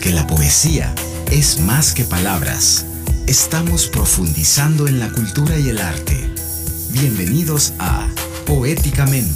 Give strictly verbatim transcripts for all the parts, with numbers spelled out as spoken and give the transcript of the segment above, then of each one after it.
Porque la poesía es más que palabras. Estamos profundizando en la cultura y el arte. Bienvenidos a Poéticamente.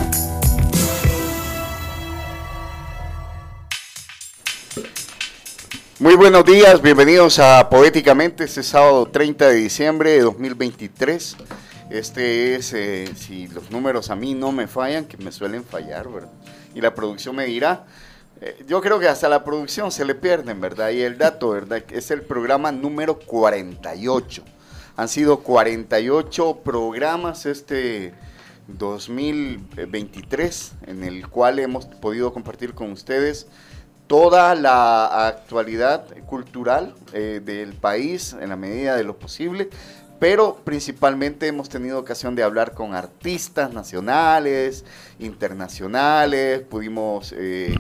Muy buenos días, bienvenidos a Poéticamente, este sábado treinta de diciembre de dos mil veintitrés. Este es, eh, si los números a mí no me fallan, que me suelen fallar, ¿verdad? Y la producción me dirá, eh, yo creo que hasta la producción se le pierden, ¿verdad? Y el dato, ¿verdad? Es el programa número cuarenta y ocho. Han sido cuarenta y ocho programas este dos mil veintitrés, en el cual hemos podido compartir con ustedes toda la actualidad cultural eh, del país en la medida de lo posible, pero principalmente hemos tenido ocasión de hablar con artistas nacionales, internacionales, pudimos eh,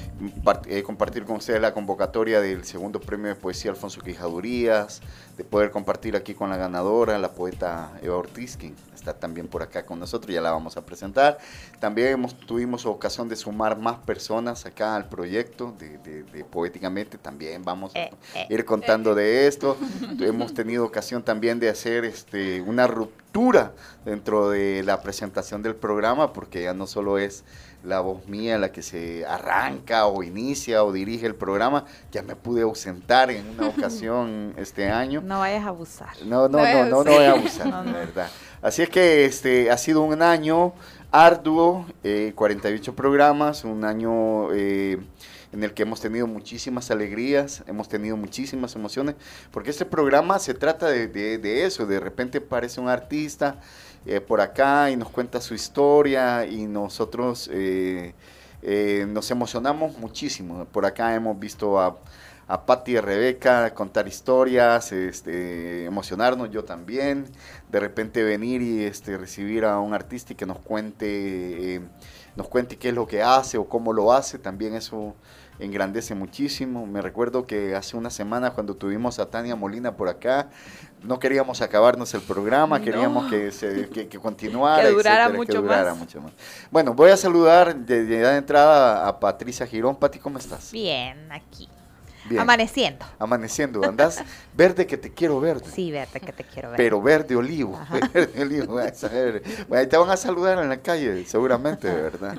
eh, compartir con ustedes la convocatoria del segundo premio de poesía Alfonso Quijadurías, de poder compartir aquí con la ganadora, la poeta Eva Ortiz, quien está también por acá con nosotros, ya la vamos a presentar. También hemos, tuvimos ocasión de sumar más personas acá al proyecto de, de, de Poéticamente, también vamos a eh, eh, ir contando eh. de esto. Hemos tenido ocasión también de hacer este, una ruptura dentro de la presentación del programa, porque ya no solo es la voz mía la que se arranca o inicia o dirige el programa, ya me pude ausentar en una ocasión este año. No vayas a abusar. No, no, no, no, no voy a abusar, no, no. La verdad. Así es que este ha sido un año arduo, eh, cuarenta y ocho programas, un año eh, en el que hemos tenido muchísimas alegrías, hemos tenido muchísimas emociones, porque este programa se trata de, de, de eso, de repente aparece un artista eh, por acá y nos cuenta su historia y nosotros eh, eh, nos emocionamos muchísimo. Por acá hemos visto a a Patti y a Rebeca contar historias, este, emocionarnos, yo también, de repente venir y este, recibir a un artista y que nos cuente, eh, nos cuente qué es lo que hace o cómo lo hace, también eso engrandece muchísimo. Me recuerdo que hace una semana cuando tuvimos a Tania Molina por acá, no queríamos acabarnos el programa, no. queríamos que, se, que, que continuara, que durara, etcétera, mucho, que durara más. mucho más. Bueno, voy a saludar de, de, de entrada a Patricia Girón. Pati, ¿cómo estás? Bien, aquí. Bien. Amaneciendo. Amaneciendo, andás verde que te quiero verde. Sí, verde que te quiero ver. Pero verde olivo, Ajá. verde olivo. Bueno, ahí te van a saludar en la calle, seguramente, ¿verdad?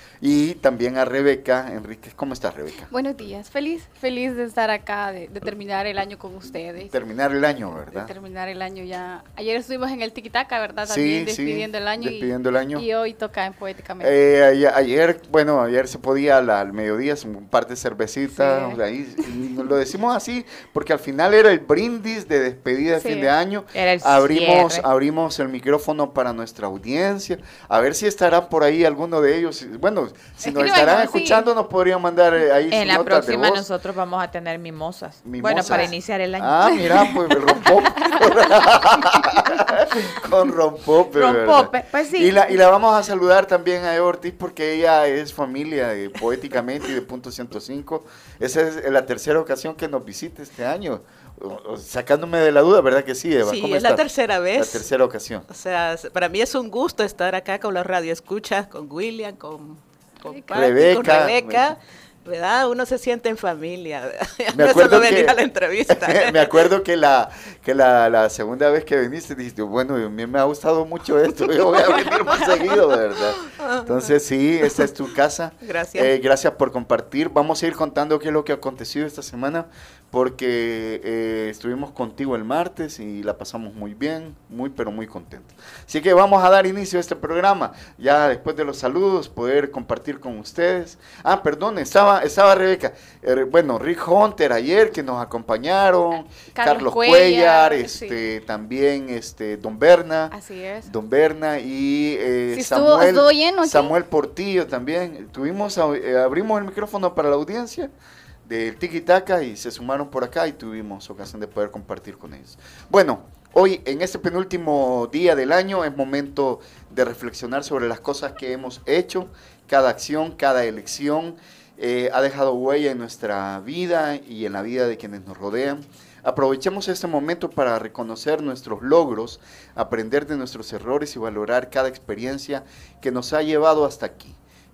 Y también a Rebeca Enríquez. ¿Cómo estás, Rebeca? Buenos días, feliz, feliz de estar acá, de, de terminar el año con ustedes. Terminar el año, ¿verdad? De terminar el año ya. Ayer estuvimos en el Tiquitaca, ¿verdad? También sí, despidiendo sí, el año. Despidiendo y, el año. Y hoy toca en Poéticamente. Eh, ayer, bueno, ayer se podía al, al mediodía, un par de cervecitas, sí. ahí, lo decimos así, porque al final era el brindis de despedida de sí. fin de año. Era el abrimos, cierre. abrimos el micrófono para nuestra audiencia, a ver si estará por ahí alguno de ellos. Bueno, si nos estarán escuchando, sí. nos podrían mandar ahí en la próxima de voz. Nosotros vamos a tener mimosas. mimosas. Bueno, para iniciar el año. Ah, mira, pues el rompope. Con rompope. Rompope, pues sí. Y la, y la vamos a saludar también a Eva Ortiz porque ella es familia de Poéticamente y de Punto ciento cinco. Esa es la tercera ocasión que nos visita este año. O, o, sacándome de la duda, ¿verdad que sí, Eva? Sí, ¿Cómo es estás? la tercera vez. La tercera ocasión. O sea, para mí es un gusto estar acá con la radio escucha, con William, con, con Patti, Rebeca, con Rebeca, ¿verdad? Uno se siente en familia. Me no acuerdo solo venir que, a la entrevista. me acuerdo que la que la, la segunda vez que viniste dijiste, bueno, a mí me ha gustado mucho esto, yo voy a venir más seguido, ¿verdad? Entonces sí, esta es tu casa. Gracias. Eh, gracias por compartir. Vamos a ir contando qué es lo que ha acontecido esta semana, porque eh, estuvimos contigo el martes y la pasamos muy bien, muy pero muy contentos. Así que vamos a dar inicio a este programa, ya después de los saludos, poder compartir con ustedes. Ah, perdón, estaba, estaba Rebeca, eh, bueno, Rick Hunter ayer que nos acompañaron, Carlos, Carlos Cuellar, Cuellar este, sí. también este, Don Berna, así es. Don Berna y eh, sí, Samuel, estuvo, estuvo lleno aquí. Samuel Portillo también. Tuvimos, eh, abrimos el micrófono para la audiencia del Tiquitaca y se sumaron por acá y tuvimos ocasión de poder compartir con ellos. Bueno, hoy en este penúltimo día del año es momento de reflexionar sobre las cosas que hemos hecho. Cada acción, cada elección eh, ha dejado huella en nuestra vida y en la vida de quienes nos rodean. Aprovechemos este momento para reconocer nuestros logros, aprender de nuestros errores y valorar cada experiencia que nos ha llevado hasta aquí.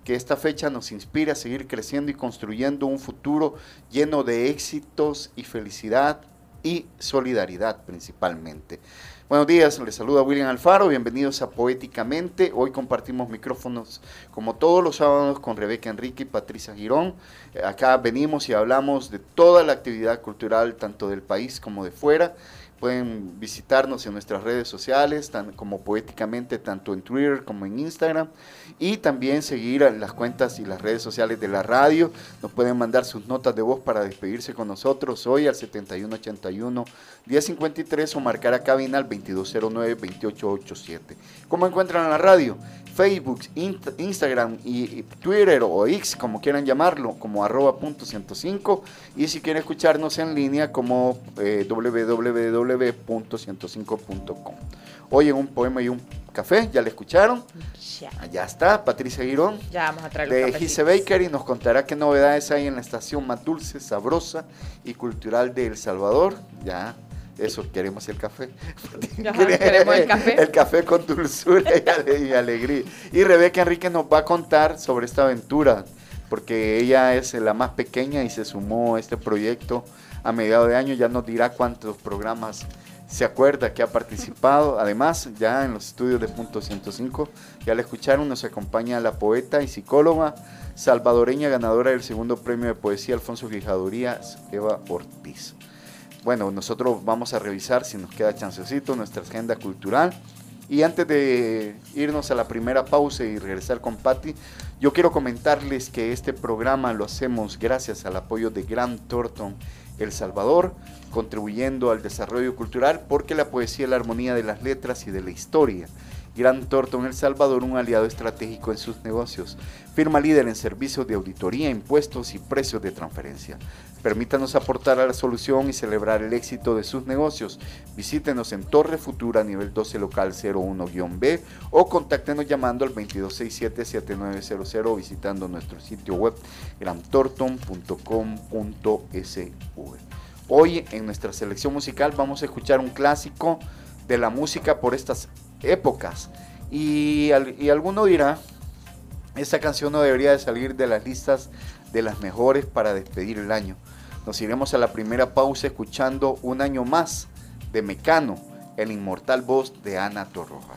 que esta fecha nos inspire a seguir creciendo y construyendo un futuro lleno de éxitos y felicidad y solidaridad principalmente. Buenos días, les saluda William Alfaro, bienvenidos a Poéticamente. Hoy compartimos micrófonos como todos los sábados con Rebeca Enrique y Patricia Girón. Acá venimos y hablamos de toda la actividad cultural, tanto del país como de fuera. Pueden visitarnos en nuestras redes sociales, tan, como Poéticamente, tanto en Twitter como en Instagram. Y también seguir las cuentas y las redes sociales de la radio. Nos pueden mandar sus notas de voz para despedirse con nosotros hoy al setenta y uno ochenta y uno, diez cincuenta y tres o marcar a cabina al veintidós cero nueve, veintiocho ochenta y siete. ¿Cómo encuentran a la radio? Facebook, Instagram y Twitter o X, como quieran llamarlo, como arroba punto ciento cinco, y si quieren escucharnos en línea como eh, doble u doble u doble u punto ciento cinco punto com. Hoy en un poema y un café, ¿ya le escucharon? Ya. Ya está, Patricia Girón, Ya vamos a traer los de cafecitos. Gise Baker, y nos contará qué novedades hay en la estación más dulce, sabrosa y cultural de El Salvador. Ya. Eso, queremos el café. Ajá, queremos el café. El café con dulzura y, ale- y alegría. Y Rebeca Enrique nos va a contar sobre esta aventura, porque ella es la más pequeña y se sumó a este proyecto a mediados de año. Ya nos dirá cuántos programas se acuerda que ha participado. Además, ya en los estudios de Punto ciento cinco, ya la escucharon, nos acompaña la poeta y psicóloga salvadoreña ganadora del segundo premio de poesía Alfonso Guijaduría, Eva Ortiz. Bueno, nosotros vamos a revisar, si nos queda chancecito, nuestra agenda cultural. Y antes de irnos a la primera pausa y regresar con Patti, yo quiero comentarles que este programa lo hacemos gracias al apoyo de Grant Thornton El Salvador, contribuyendo al desarrollo cultural, porque la poesía es la armonía de las letras y de la historia. Grant Thornton El Salvador, un aliado estratégico en sus negocios. Firma líder en servicios de auditoría, impuestos y precios de transferencia. Permítanos aportar a la solución y celebrar el éxito de sus negocios. Visítenos en Torre Futura, nivel doce, local cero uno B, o contáctenos llamando al veintidós sesenta y siete, setenta y nueve cero cero o visitando nuestro sitio web grant thornton punto com punto s v. Hoy en nuestra selección musical vamos a escuchar un clásico de la música por estas épocas. Y, y alguno dirá, esta canción no debería de salir de las listas de las mejores para despedir el año. Nos iremos a la primera pausa escuchando Un año más de Mecano, el inmortal voz de Ana Torroja.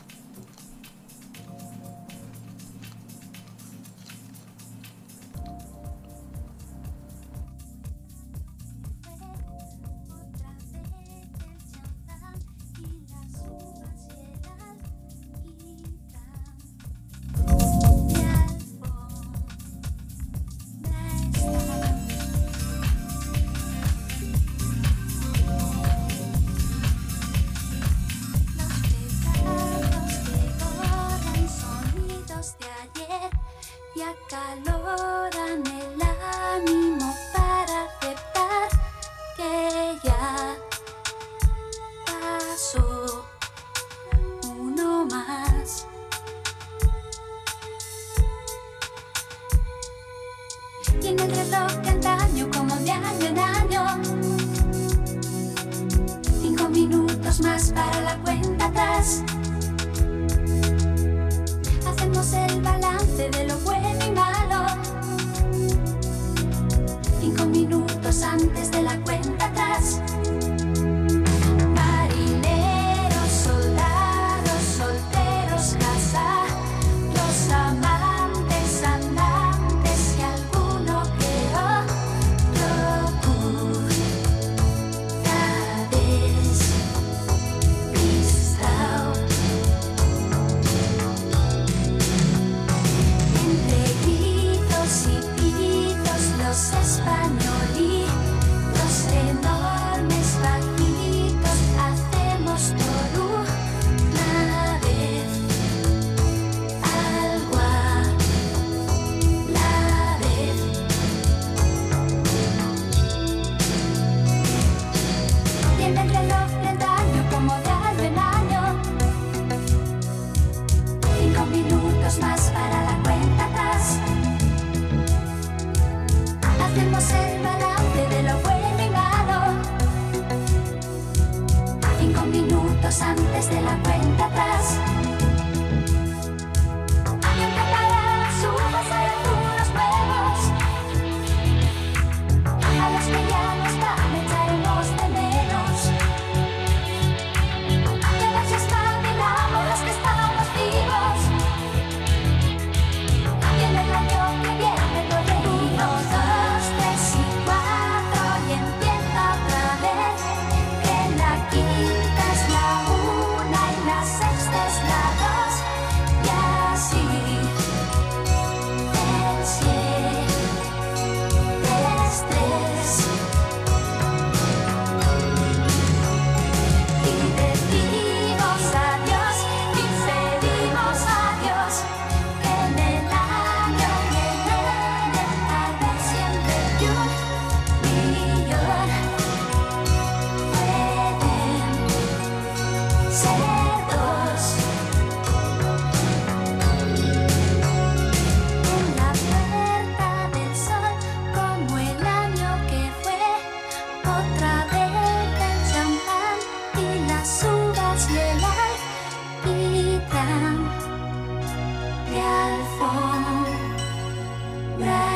Antes de la cuenta atrás, alguien preparará su paseo.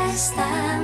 están.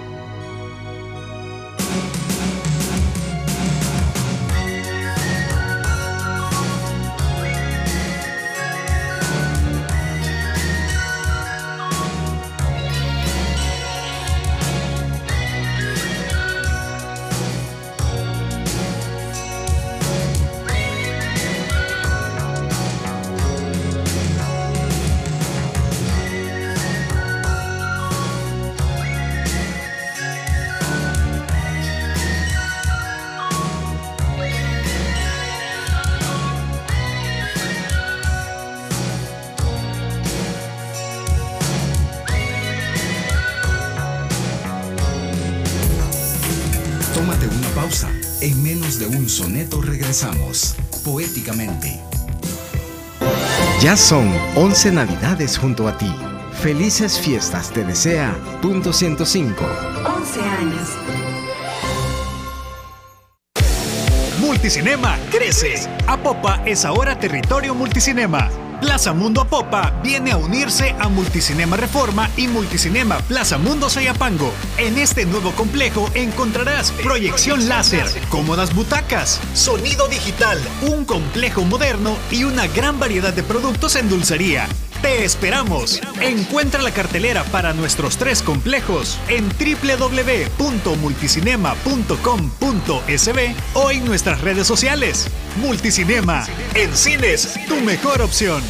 Tómate una pausa. En menos de un soneto regresamos, poéticamente. Ya son once Navidades junto a ti. Felices fiestas te desea Punto ciento cinco. once años. Multicinema crece. Apopa es ahora territorio Multicinema. Plaza Mundo Apopa viene a unirse a Multicinema Reforma y Multicinema Plaza Mundo Soyapango. En este nuevo complejo encontrarás proyección láser, cómodas butacas, sonido digital, un complejo moderno y una gran variedad de productos en dulcería. ¡Te esperamos! Encuentra la cartelera para nuestros tres complejos en doble u doble u doble u punto multicinema punto com punto es be o en nuestras redes sociales. Multicinema, en cines, tu mejor opción.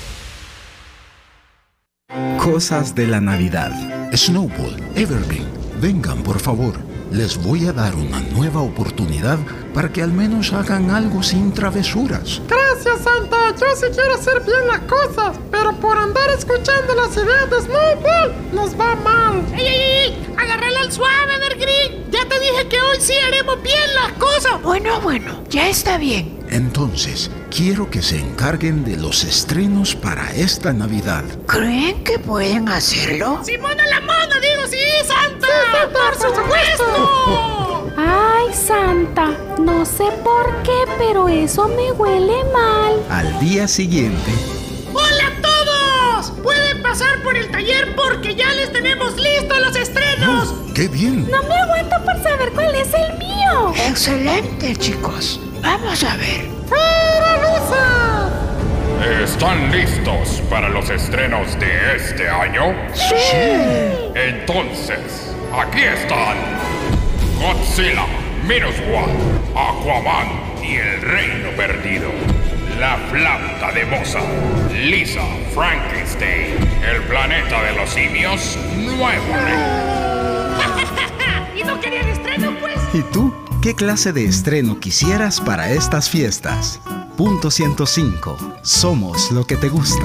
Cosas de la Navidad. Snowball, Evergreen, vengan por favor. Les voy a dar una nueva oportunidad para que al menos hagan algo sin travesuras. Gracias, Santa. Yo sí quiero hacer bien las cosas, pero por andar escuchando las ideas de Snowball, nos va mal. ¡Ey, ey, ey! ¡Agárrala al suave, Evergreen! Ya te dije que hoy sí haremos bien las cosas. Bueno, bueno, ya está bien. Entonces, quiero que se encarguen de los estrenos para esta Navidad. ¿Creen que pueden hacerlo? ¡Simona la mona! ¡Digo sí, Santa! ¡Por supuesto! Ay, Santa, no sé por qué, pero eso me huele mal. Al día siguiente. ¡Hola a todos! Pueden pasar por el taller porque ya les tenemos listos los estrenos. Oh, ¡qué bien! No me aguanto por saber cuál es el mío. Excelente, chicos. Vamos a ver. ¡Fuera luces! ¿Están listos para los estrenos de este año? ¡Sí! Entonces, aquí están Godzilla, Minus One, Aquaman y el Reino Perdido, La Flauta de Mozart, Lisa, Frankenstein, El Planeta de los Simios, Nuevo Rey. ¿Y no querían estreno, pues? ¿Y tú? ¿Qué clase de estreno quisieras para estas fiestas? Punto ciento cinco. Somos lo que te gusta.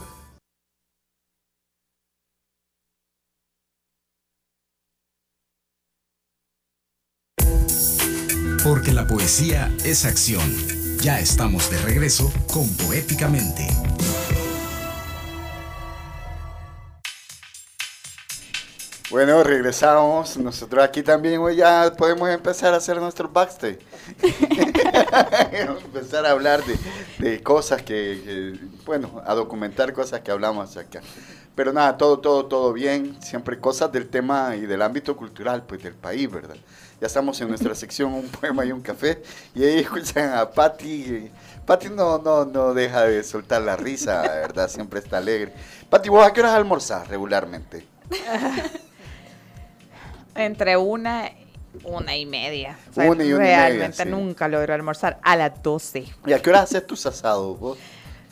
Porque la poesía es acción. Ya estamos de regreso con Poéticamente. Bueno, regresamos. Nosotros aquí también hoy ya podemos empezar a hacer nuestro backstage. Empezar a hablar de, de cosas que, que, bueno, a documentar cosas que hablamos acá. Pero nada, todo, todo, todo bien. Siempre cosas del tema y del ámbito cultural, pues del país, ¿verdad? Ya estamos en nuestra sección Un Poema y un Café. Y ahí escuchan a Patti. Patti no, no, no deja de soltar la risa, ¿verdad? Siempre está alegre. Patti, ¿vos a qué horas almorzás regularmente? Entre una, una y media. O sea, una y una realmente y media, sí. Nunca logro almorzar a las doce. ¿Y a qué hora haces tus asados vos?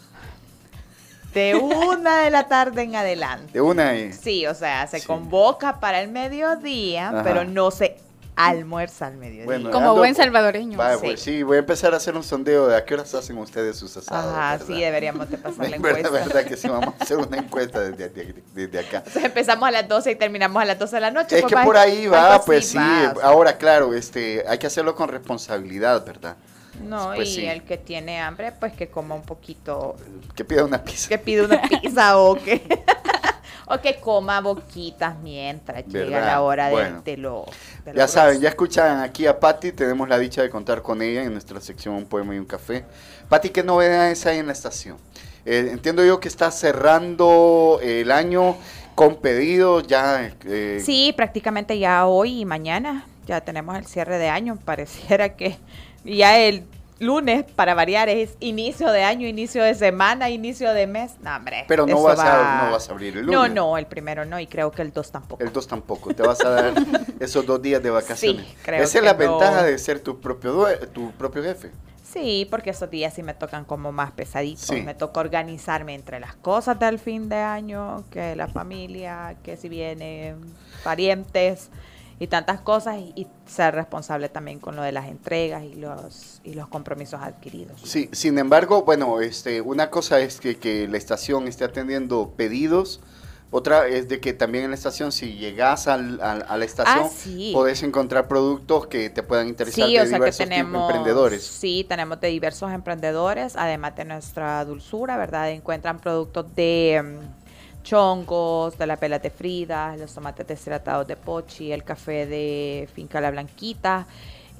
De una de la tarde en adelante. De una y... Sí, o sea, se Sí. convoca para el mediodía, Ajá. pero no se almuerza al mediodía. Bueno, Como ando- buen salvadoreño. Vaya, Sí. pues sí, voy a empezar a hacer un sondeo de a qué horas hacen ustedes sus asados. Ajá, ¿verdad? sí, deberíamos de pasar la Verdad, encuesta. verdad que sí, vamos a hacer una encuesta desde, desde, desde acá. Entonces empezamos a las doce y terminamos a las doce de la noche. Es pues, que va- por ahí va, algo pues así sí. va, o sea. Ahora, claro, este, hay que hacerlo con responsabilidad, ¿verdad? No, Pues y sí. el que tiene hambre, pues que coma un poquito, Que pida una pizza. que pida una pizza o que o que coma boquitas mientras llega ¿Verdad? la hora de, Bueno. de lo de lo Ya saben, grueso. ya escuchan aquí a Patti, tenemos la dicha de contar con ella en nuestra sección Un Poema y un Café. Patti, ¿qué novedades hay en la estación? Eh, entiendo yo que está cerrando el año con pedidos ya. Eh, Sí, prácticamente ya hoy y mañana ya tenemos el cierre de año. Pareciera que ya el lunes, para variar, es inicio de año, inicio de semana, inicio de mes. No, hombre. Pero no eso vas, va- a, no vas a abrir el lunes. No, no, el primero no, y creo que el dos tampoco. El dos tampoco. Te vas a dar esos dos días de vacaciones. Sí, creo Esa es que la no. ventaja de ser tu propio, due- tu propio jefe. Sí, porque esos días sí me tocan como más pesaditos. Sí. Me toca organizarme entre las cosas del fin de año, que la familia, que si vienen parientes y tantas cosas, y, y ser responsable también con lo de las entregas y los y los compromisos adquiridos. Sí, sin embargo, bueno, este, una cosa es que, que la estación esté atendiendo pedidos. Otra es de que también en la estación, si llegas al, al- a la estación, Ah, sí. podés encontrar productos que te puedan interesar Sí, de o sea que diversos tipos de tenemos emprendedores. Sí, tenemos de diversos emprendedores, además de nuestra dulzura, ¿verdad? Encuentran productos de mm, chongos, de la pela de Frida, los tomates deshidratados de Pochi, el café de Finca La Blanquita.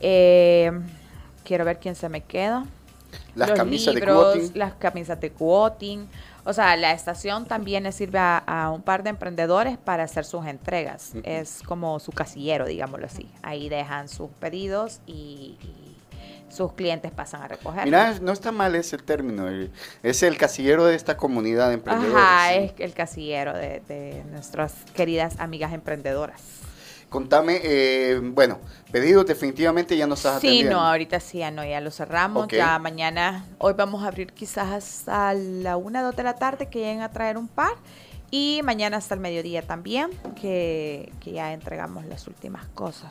Eh, quiero ver quién se me queda. Las Los camisas de libros, quoting. las camisas de quoting. O sea, la estación también le sirve a, a un par de emprendedores para hacer sus entregas. Ujú. Es como su casillero, digámoslo así. Ahí dejan sus pedidos y, y sus clientes pasan a recoger. Mira, no está mal ese término. eh, Es el casillero de esta comunidad de emprendedores. Ajá, sí. es el casillero de, de nuestras queridas amigas emprendedoras. Contame, eh, bueno, pedidos definitivamente ya no estás Sí, atendiendo. no, ahorita sí, ya no, ya lo cerramos. Ok. Ya mañana, hoy vamos a abrir quizás hasta la una, dos de la tarde, que lleguen a traer un par. Y mañana hasta el mediodía también, que, que ya entregamos las últimas cosas.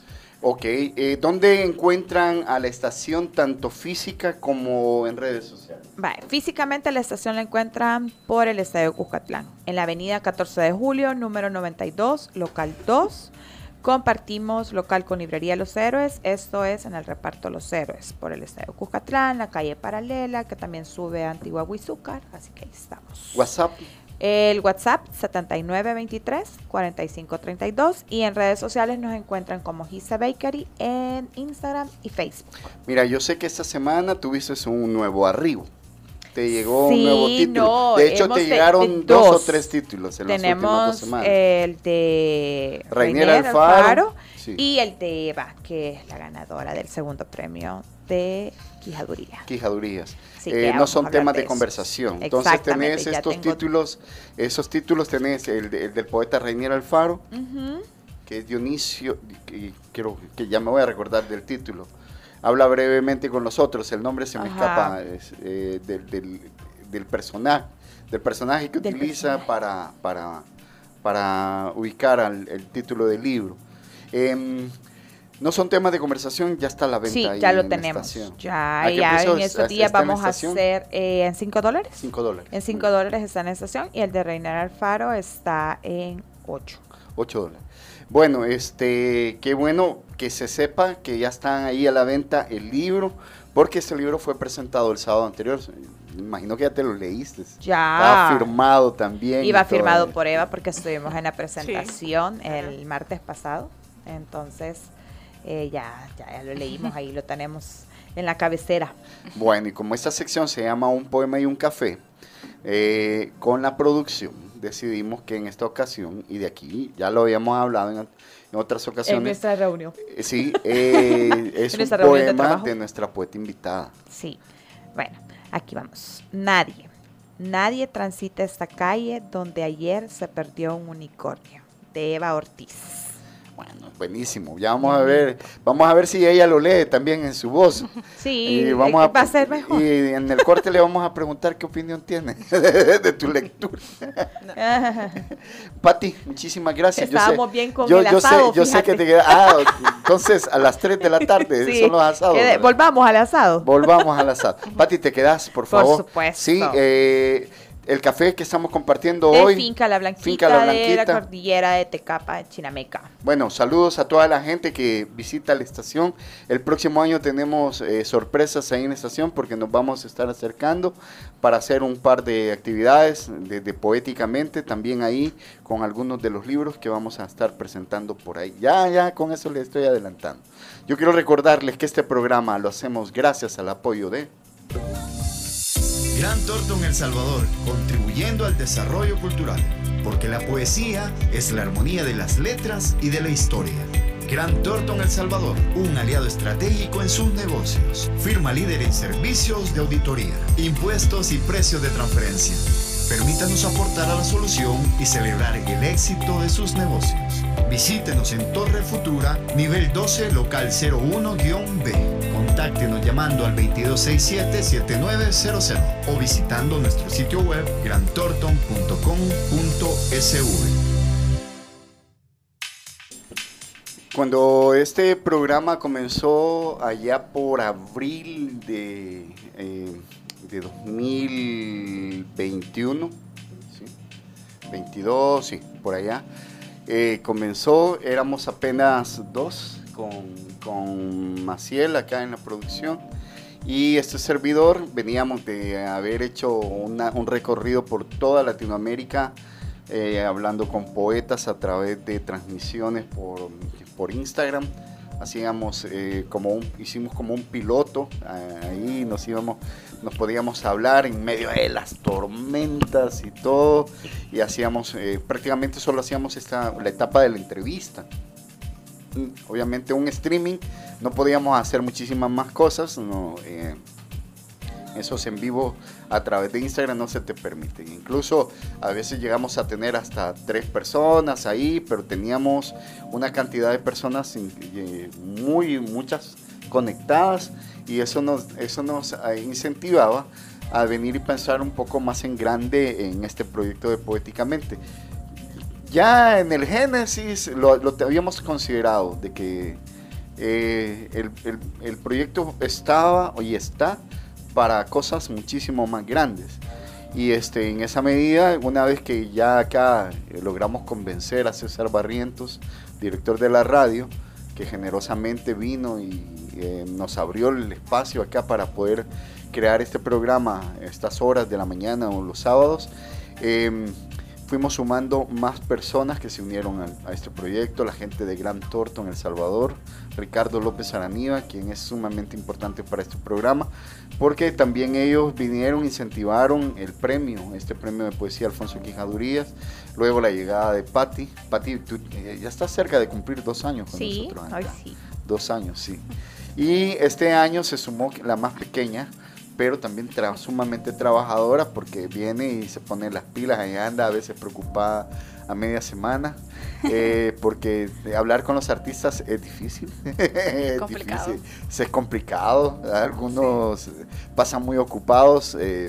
Ok, eh, ¿dónde encuentran a la estación tanto física como en redes sociales? Vale, físicamente la estación la encuentran por el Estadio Cuscatlán, en la avenida catorce de julio, número noventa y dos, local dos. Compartimos local con Librería Los Héroes, esto es en el reparto Los Héroes, por el Estadio Cuscatlán, la calle paralela, que también sube a Antigua Huizúcar, así que ahí estamos. WhatsApp. El WhatsApp setenta y nueve veintitrés, cuarenta y cinco treinta y dos, y en redes sociales nos encuentran como Giza Bakery en Instagram y Facebook. Mira, yo sé que esta semana tuviste un nuevo arribo. Te llegó Sí, un nuevo título. no, de hecho, hemos te de- llegaron de dos o dos. tres títulos en las últimas dos Tenemos semanas. el de Rainier Rainier Alfaro, Alfaro sí. y el de Eva, que es la ganadora del segundo premio de Quijaduría. Quijadurías. Sí, Eh, que ya no vamos son a hablar temas de de eso. conversación. Entonces Exactamente, tenés ya estos tengo- títulos, esos títulos tenés el, de- el del poeta Rainier Alfaro, Ujú. que es Dionisio, que, quiero, que ya me voy a recordar del título. Habla brevemente con los otros, el nombre se me Ajá. escapa, es, eh, del, del, del personaje, del personaje que Del utiliza personaje. para, para, para ubicar al, el título del libro. Em, no son temas de conversación, ya está a la venta. Sí, ahí ya lo en la tenemos. estación. Ya, ¿A qué ya precio en es- estos está días en la vamos a estación? hacer eh, en cinco dólares. cinco dólares. En cinco dólares está en la estación y el de Rainier Alfaro está en ocho. ocho dólares. Bueno, este, qué bueno que se sepa que ya están ahí a la venta el libro, porque este libro fue presentado el sábado anterior. Me imagino que ya te lo leíste. Ya. Estaba firmado también. Iba y todo. firmado por Eva porque estuvimos en la presentación el martes pasado. Entonces, eh, ya, ya, ya lo leímos, ahí lo tenemos en la cabecera. Bueno, y como esta sección se llama Un poema y un café, eh, con la producción decidimos que en esta ocasión, y de aquí ya lo habíamos hablado en, en otras ocasiones. En nuestra reunión. eh, sí, eh, es En un nuestra reunión de poema trabajo. de nuestra poeta invitada. Sí. Bueno, aquí vamos. Nadie, nadie transita esta calle donde ayer se perdió un unicornio. De Eva Ortiz. Bueno, buenísimo. Ya vamos a ver, vamos a ver si ella lo lee también en su voz. Sí, Y vamos a, va a ser mejor. Y en el corte le vamos a preguntar qué opinión tiene de tu lectura. Pati, muchísimas gracias. Yo Estábamos sé- bien con yo, el yo asado, sé, yo sé fíjate. que te queda. Ah, entonces a las tres de la tarde Sí, son los asados. quede- ¿verdad? volvamos al asado. Volvamos al asado. Pati, te quedas, por Por favor. supuesto. Sí, eh, el café que estamos compartiendo De hoy. Finca La Blanquita, Finca La de la Blanquita. cordillera de Tecapa, Chinameca. Bueno, saludos a toda la gente que visita la estación. El próximo año tenemos eh, sorpresas ahí en la estación porque nos vamos a estar acercando para hacer un par de actividades de, de Poéticamente, también ahí con algunos de los libros que vamos a estar presentando por ahí. Ya, ya, con eso les estoy adelantando. Yo quiero recordarles que este programa lo hacemos gracias al apoyo de... Gran Torto en El Salvador, contribuyendo al desarrollo cultural. porque la poesía es la armonía de las letras y de la historia. Grant Thornton El Salvador, un aliado estratégico en sus negocios. Firma líder en servicios de auditoría, impuestos y precios de transferencia. Permítanos aportar a la solución y celebrar el éxito de sus negocios. Visítenos en Torre Futura, nivel doce, local cero uno B. Contáctenos llamando al veintidós sesenta y siete, setenta y nueve cero cero o visitando nuestro sitio web grant thornton punto com punto s v. Cuando este programa comenzó allá por abril de... Eh, de dos mil veintiuno, ¿sí? veintidós, sí, por allá, eh, comenzó, éramos apenas dos, con, con Maciel acá en la producción, y este servidor, veníamos de haber hecho una, un recorrido por toda Latinoamérica, eh, hablando con poetas a través de transmisiones por, por Instagram. Hacíamos eh, como un, hicimos como un piloto, eh, ahí nos íbamos, nos podíamos hablar en medio de las tormentas y todo, y hacíamos, eh, prácticamente solo hacíamos esta, la etapa de la entrevista. Obviamente un streaming, no podíamos hacer muchísimas más cosas, no, eh, esos en vivo a través de Instagram no se te permiten. Incluso a veces llegamos a tener hasta tres personas ahí, pero teníamos una cantidad de personas muy, muchas conectadas, y eso nos, eso nos incentivaba a venir y pensar un poco más en grande en este proyecto de Poéticamente. Ya en el génesis lo, lo habíamos considerado, de que eh, el, el, el proyecto estaba y está para cosas muchísimo más grandes, y este, en esa medida, una vez que ya acá eh, logramos convencer a César Barrientos, director de la radio, que generosamente vino y eh, nos abrió el espacio acá para poder crear este programa estas horas de la mañana o los sábados, eh, fuimos sumando más personas que se unieron a, a este proyecto, la gente de Grant Thornton El Salvador, Ricardo López Araniva, quien es sumamente importante para este programa, porque también ellos vinieron, incentivaron el premio, este premio de poesía Alfonso Quijadurías, luego la llegada de Patti. Patti, tú eh, ya estás cerca de cumplir dos años con sí, nosotros. Hoy sí. Dos años, sí. Y este año se sumó la más pequeña, pero también tra sumamente trabajadora, porque viene y se pone las pilas y anda a veces preocupada a media semana, eh, porque hablar con los artistas es difícil. Es complicado. difícil, es complicado, algunos sí. pasan muy ocupados, eh,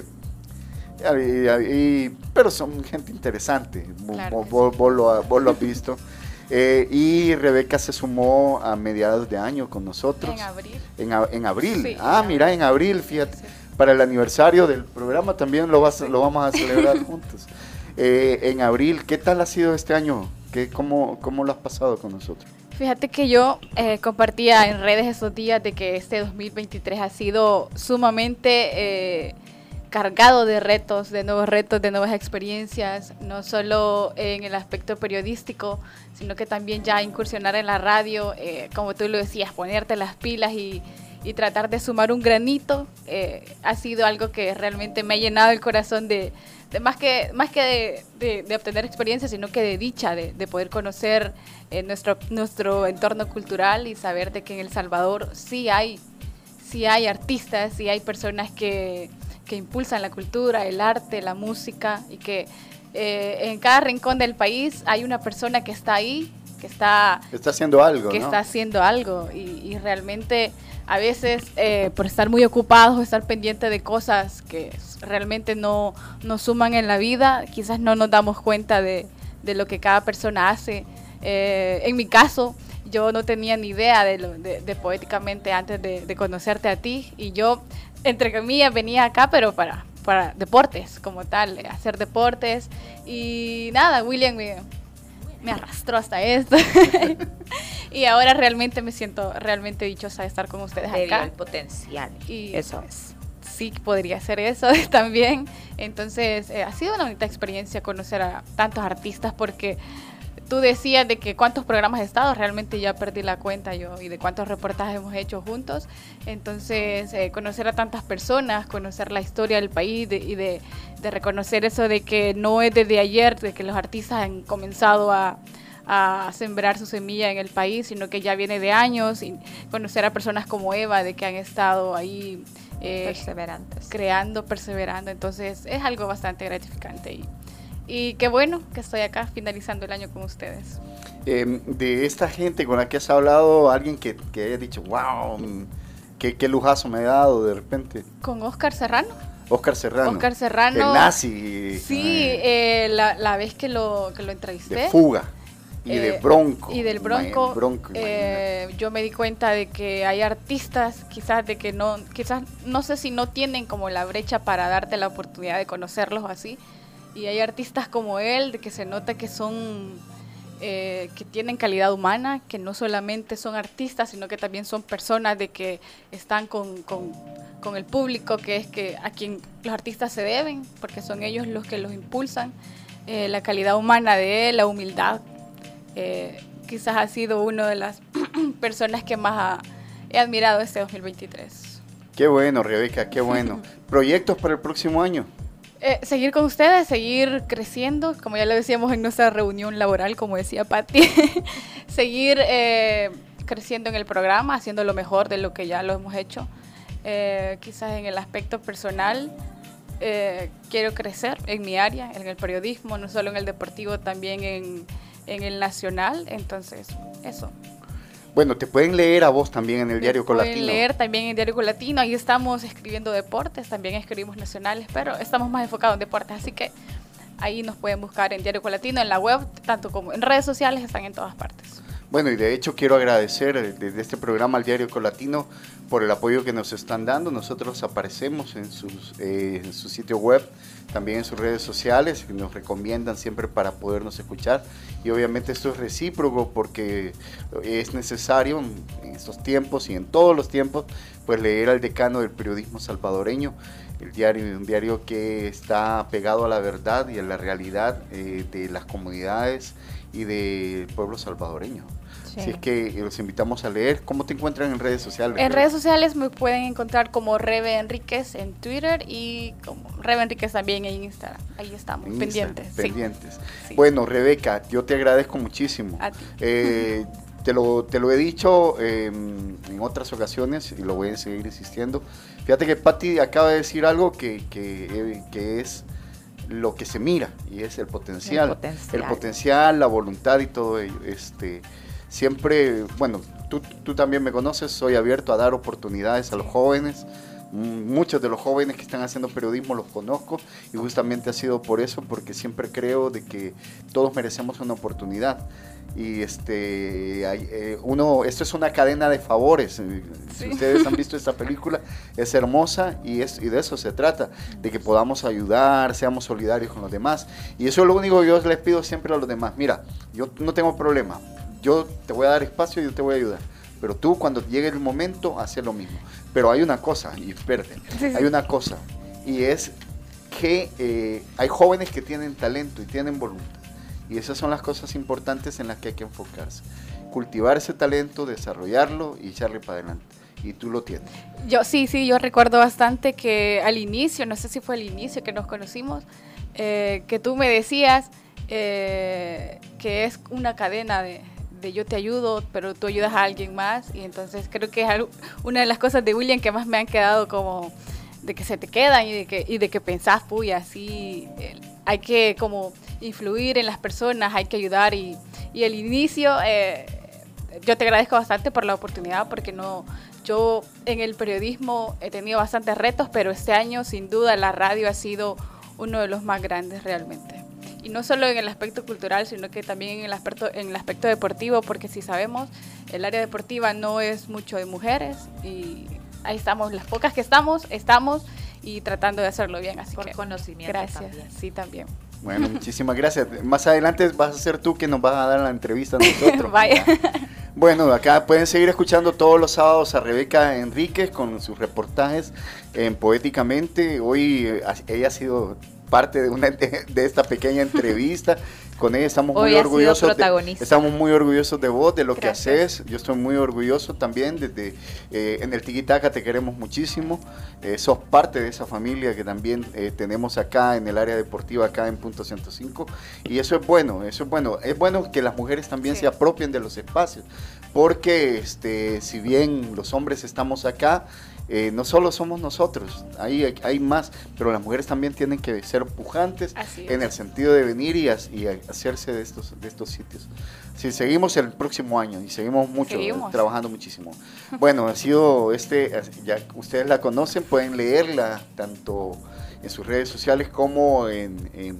y, y, pero son gente interesante, claro vos, vos, vos, lo, vos lo has visto. Eh, y Rebeca se sumó a mediados de año con nosotros. En abril. En, a, en abril. Sí, ah, en mira, abril. en abril, fíjate. Sí. Para el aniversario del programa también lo, vas, lo vamos a celebrar juntos. Eh, en abril, ¿qué tal ha sido este año? ¿Qué, cómo, ¿Cómo lo has pasado con nosotros? Fíjate que yo eh, compartía en redes esos días de que este dos mil veintitrés ha sido sumamente... Eh, cargado de retos, de nuevos retos, de nuevas experiencias, no solo en el aspecto periodístico, sino que también ya incursionar en la radio, eh, como tú lo decías, ponerte las pilas y, y tratar de sumar un granito, eh, ha sido algo que realmente me ha llenado el corazón de, de más que, más que de, de, de obtener experiencia, sino que de dicha, de, de poder conocer eh, nuestro, nuestro entorno cultural y saber de que en El Salvador sí hay, sí hay artistas, sí hay personas que que impulsan la cultura, el arte, la música, y que eh, en cada rincón del país hay una persona que está ahí, que está, está haciendo algo, que ¿no? está haciendo algo, y, y realmente a veces eh, por estar muy ocupados, estar pendiente de cosas que realmente no nos suman en la vida, quizás no nos damos cuenta de, de lo que cada persona hace. Eh, en mi caso, yo no tenía ni idea de, lo, de, de Poéticamente antes de, de conocerte a ti, y yo, entre comillas, venía acá, pero para, para deportes, como tal, hacer deportes, y nada, William me, me arrastró hasta esto, y ahora realmente me siento realmente dichosa de estar con ustedes Le acá. dio el potencial, y eso es. Sí, podría ser eso también, entonces eh, ha sido una bonita experiencia conocer a tantos artistas, porque tú decías de que cuántos programas he estado, realmente ya perdí la cuenta yo, y de cuántos reportajes hemos hecho juntos. Entonces, eh, conocer a tantas personas, conocer la historia del país de, y de, de reconocer eso de que no es desde ayer, de que los artistas han comenzado a, a sembrar su semilla en el país, sino que ya viene de años, y conocer a personas como Eva, de que han estado ahí eh, perseverantes, creando, perseverando. Entonces, es algo bastante gratificante. Y, Y qué bueno que estoy acá finalizando el año con ustedes. Eh, de esta gente con la que has hablado, alguien que, que haya dicho, wow, qué, qué lujazo me he dado de repente. Con Oscar Serrano. Oscar Serrano. Oscar Serrano. El nazi. Sí, eh, la, la vez que lo, que lo entrevisté. De Fuga. Y eh, de Bronco. Y del Bronco. Bronco eh, yo me di cuenta de que hay artistas, quizás de que no, quizás, no sé si no tienen como la brecha para darte la oportunidad de conocerlos así. Y hay artistas como él, de que se nota que son, eh, que tienen calidad humana, que no solamente son artistas, sino que también son personas de que están con, con, con el público, que es que a quien los artistas se deben, porque son ellos los que los impulsan. Eh, la calidad humana de él, la humildad, eh, quizás ha sido una de las personas que más ha, he admirado este dos mil veintitrés. Qué bueno, Rebeca, qué bueno. ¿Proyectos para el próximo año? Eh, seguir con ustedes, seguir creciendo, como ya lo decíamos en nuestra reunión laboral, como decía Patti, seguir eh, creciendo en el programa, haciendo lo mejor de lo que ya lo hemos hecho. Eh, quizás en el aspecto personal, eh, quiero crecer en mi área, en el periodismo, no solo en el deportivo, también en, en el nacional, entonces eso. Bueno, te pueden leer a vos también en el Diario Colatino. Pueden leer también en el Diario Colatino, ahí estamos escribiendo deportes, también escribimos nacionales, pero estamos más enfocados en deportes, así que ahí nos pueden buscar en Diario Colatino, en la web, tanto como en redes sociales, están en todas partes. Bueno, y de hecho quiero agradecer desde este programa al Diario Colatino por el apoyo que nos están dando. Nosotros aparecemos en, sus, eh, en su sitio web, también en sus redes sociales, que nos recomiendan siempre para podernos escuchar. Y obviamente esto es recíproco porque es necesario en estos tiempos y en todos los tiempos, pues leer al decano del periodismo salvadoreño, el diario, un diario que está pegado a la verdad y a la realidad eh, de las comunidades y del pueblo salvadoreño. Sí. Así es que los invitamos a leer. ¿Cómo te encuentran en redes sociales? En redes sociales me pueden encontrar como Rebe Enríquez en Twitter y como Rebe Enríquez también en Instagram. Ahí estamos, en pendientes. Instagram, pendientes. Sí. Bueno, Rebeca, yo te agradezco muchísimo. A ti. Eh, te, lo, te lo he dicho eh, en otras ocasiones y lo voy a seguir insistiendo. Fíjate que Patti acaba de decir algo que, que, que es lo que se mira y es el potencial, el potencial, el potencial, la voluntad y todo ello. Este, siempre, bueno, tú, tú también me conoces, soy abierto a dar oportunidades a los jóvenes. Muchos de los jóvenes que están haciendo periodismo los conozco y justamente ha sido por eso, porque siempre creo de que todos merecemos una oportunidad. Y este, hay, eh, uno, esto es una cadena de favores. Sí. Si ustedes han visto esta película, es hermosa y, es, y de eso se trata, de que podamos ayudar, seamos solidarios con los demás. Y eso es lo único que yo les pido siempre a los demás. Mira, yo no tengo problema, yo te voy a dar espacio y yo te voy a ayudar. Pero tú cuando llegue el momento, haces lo mismo. Pero hay una cosa, y espérate, sí, sí. hay una cosa, y es que eh, hay jóvenes que tienen talento y tienen voluntad. Y esas son las cosas importantes en las que hay que enfocarse. Cultivar ese talento, desarrollarlo y echarle para adelante. Y tú lo tienes. Yo sí, sí, yo recuerdo bastante que al inicio, no sé si fue al inicio que nos conocimos, eh, que tú me decías eh, que es una cadena de, de yo te ayudo, pero tú ayudas a alguien más. Y entonces creo que es algo, una de las cosas de William que más me han quedado como de que se te quedan y de que, y de que pensás, puy, así eh, hay que como influir en las personas, hay que ayudar y, y el inicio, eh, yo te agradezco bastante por la oportunidad porque no, yo en el periodismo he tenido bastantes retos, pero este año sin duda la radio ha sido uno de los más grandes realmente. Y no solo en el aspecto cultural, sino que también en el aspecto, en el aspecto deportivo, porque si sabemos, el área deportiva no es mucho de mujeres y ahí estamos, las pocas que estamos, estamos y tratando de hacerlo bien, así por que conocimiento gracias, también. Sí, también. Bueno, muchísimas gracias. Más adelante vas a ser tú que nos vas a dar la entrevista a nosotros. Vaya. Bueno, acá pueden seguir escuchando todos los sábados a Rebeca Enríquez con sus reportajes en Poéticamente. Hoy ella ha sido parte de, una, de, de esta pequeña entrevista con ella estamos Hoy muy has sido orgullosos de, protagonista. estamos muy orgullosos de vos, de lo Gracias. que haces. Yo estoy muy orgulloso también desde eh, en el Tiquitaca te queremos muchísimo. Eh, sos parte de esa familia que también eh, tenemos acá en el área deportiva, acá en Punto ciento cinco, y eso es bueno, eso es bueno. Es bueno que las mujeres también Sí. se apropien de los espacios, porque este, si bien los hombres estamos acá, Eh, no solo somos nosotros, hay, hay, hay más, pero las mujeres también tienen que ser pujantes Así en es. el sentido de venir y, as- y a- hacerse de estos, de estos sitios. Sí, seguimos el próximo año y seguimos mucho, Seguimos. eh, trabajando muchísimo. Bueno, ha sido este, ya ustedes la conocen, pueden leerla tanto en sus redes sociales como en, en,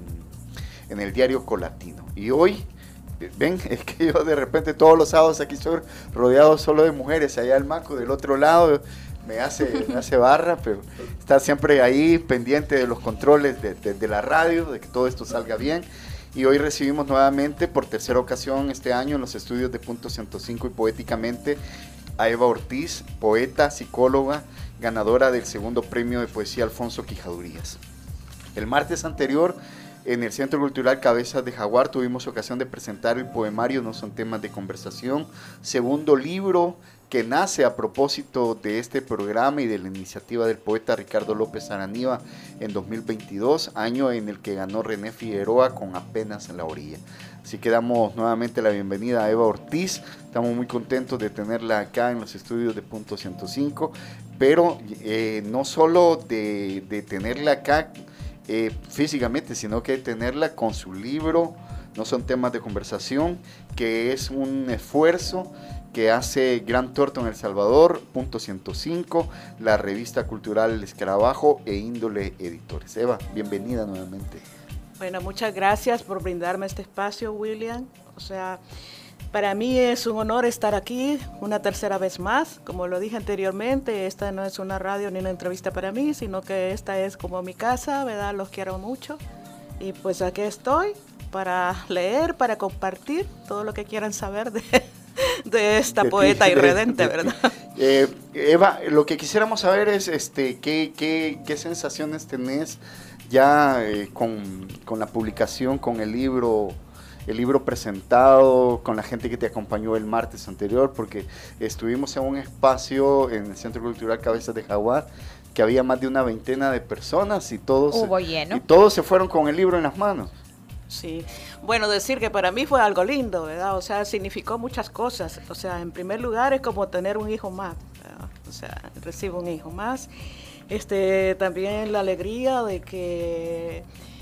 en el diario Colatino. Y hoy, ven, es que yo de repente todos los sábados aquí estoy rodeado solo de mujeres, allá el Maco del otro lado me hace, me hace barra, pero está siempre ahí pendiente de los controles de, de, de la radio, de que todo esto salga bien. Y hoy recibimos nuevamente por tercera ocasión este año en los estudios de Punto ciento cinco y Poéticamente a Eva Ortiz, poeta, psicóloga, ganadora del segundo premio de poesía Alfonso Quijadurías. El martes anterior, en el Centro Cultural Cabezas de Jaguar, tuvimos ocasión de presentar el poemario No son temas de conversación, segundo libro que nace a propósito de este programa y de la iniciativa del poeta Ricardo López Araniva en dos mil veintidós, año en el que ganó René Figueroa con Apenas en la orilla. Así que damos nuevamente la bienvenida a Eva Ortiz, estamos muy contentos de tenerla acá en los estudios de Punto ciento cinco, pero eh, no solo de, de tenerla acá eh, físicamente, sino que tenerla con su libro No son temas de conversación, que es un esfuerzo que hace Gran Torto en El Salvador, Punto ciento cinco, la revista cultural El Escarabajo e Índole Editores. Eva, bienvenida nuevamente. Bueno, muchas gracias por brindarme este espacio, William. O sea, para mí es un honor estar aquí una tercera vez más. Como lo dije anteriormente, esta no es una radio ni una entrevista para mí, sino que esta es como mi casa, ¿verdad? Los quiero mucho. Y pues aquí estoy para leer, para compartir todo lo que quieran saber de... de esta De poeta ti, irredente, de ti. ¿verdad? Eh, Eva, lo que quisiéramos saber es este, ¿qué, qué, qué sensaciones tenés ya eh, con, con la publicación, con el libro, el libro presentado, con la gente que te acompañó el martes anterior, porque estuvimos en un espacio en el Centro Cultural Cabezas de Jaguar que había más de una veintena de personas y todos, Hubo lleno. y todos se fueron con el libro en las manos. Sí, bueno, decir que para mí fue algo lindo, ¿verdad? O sea, significó muchas cosas. O sea, en primer lugar es como tener un hijo más, ¿verdad? O sea, recibo un hijo más. Este, también la alegría de que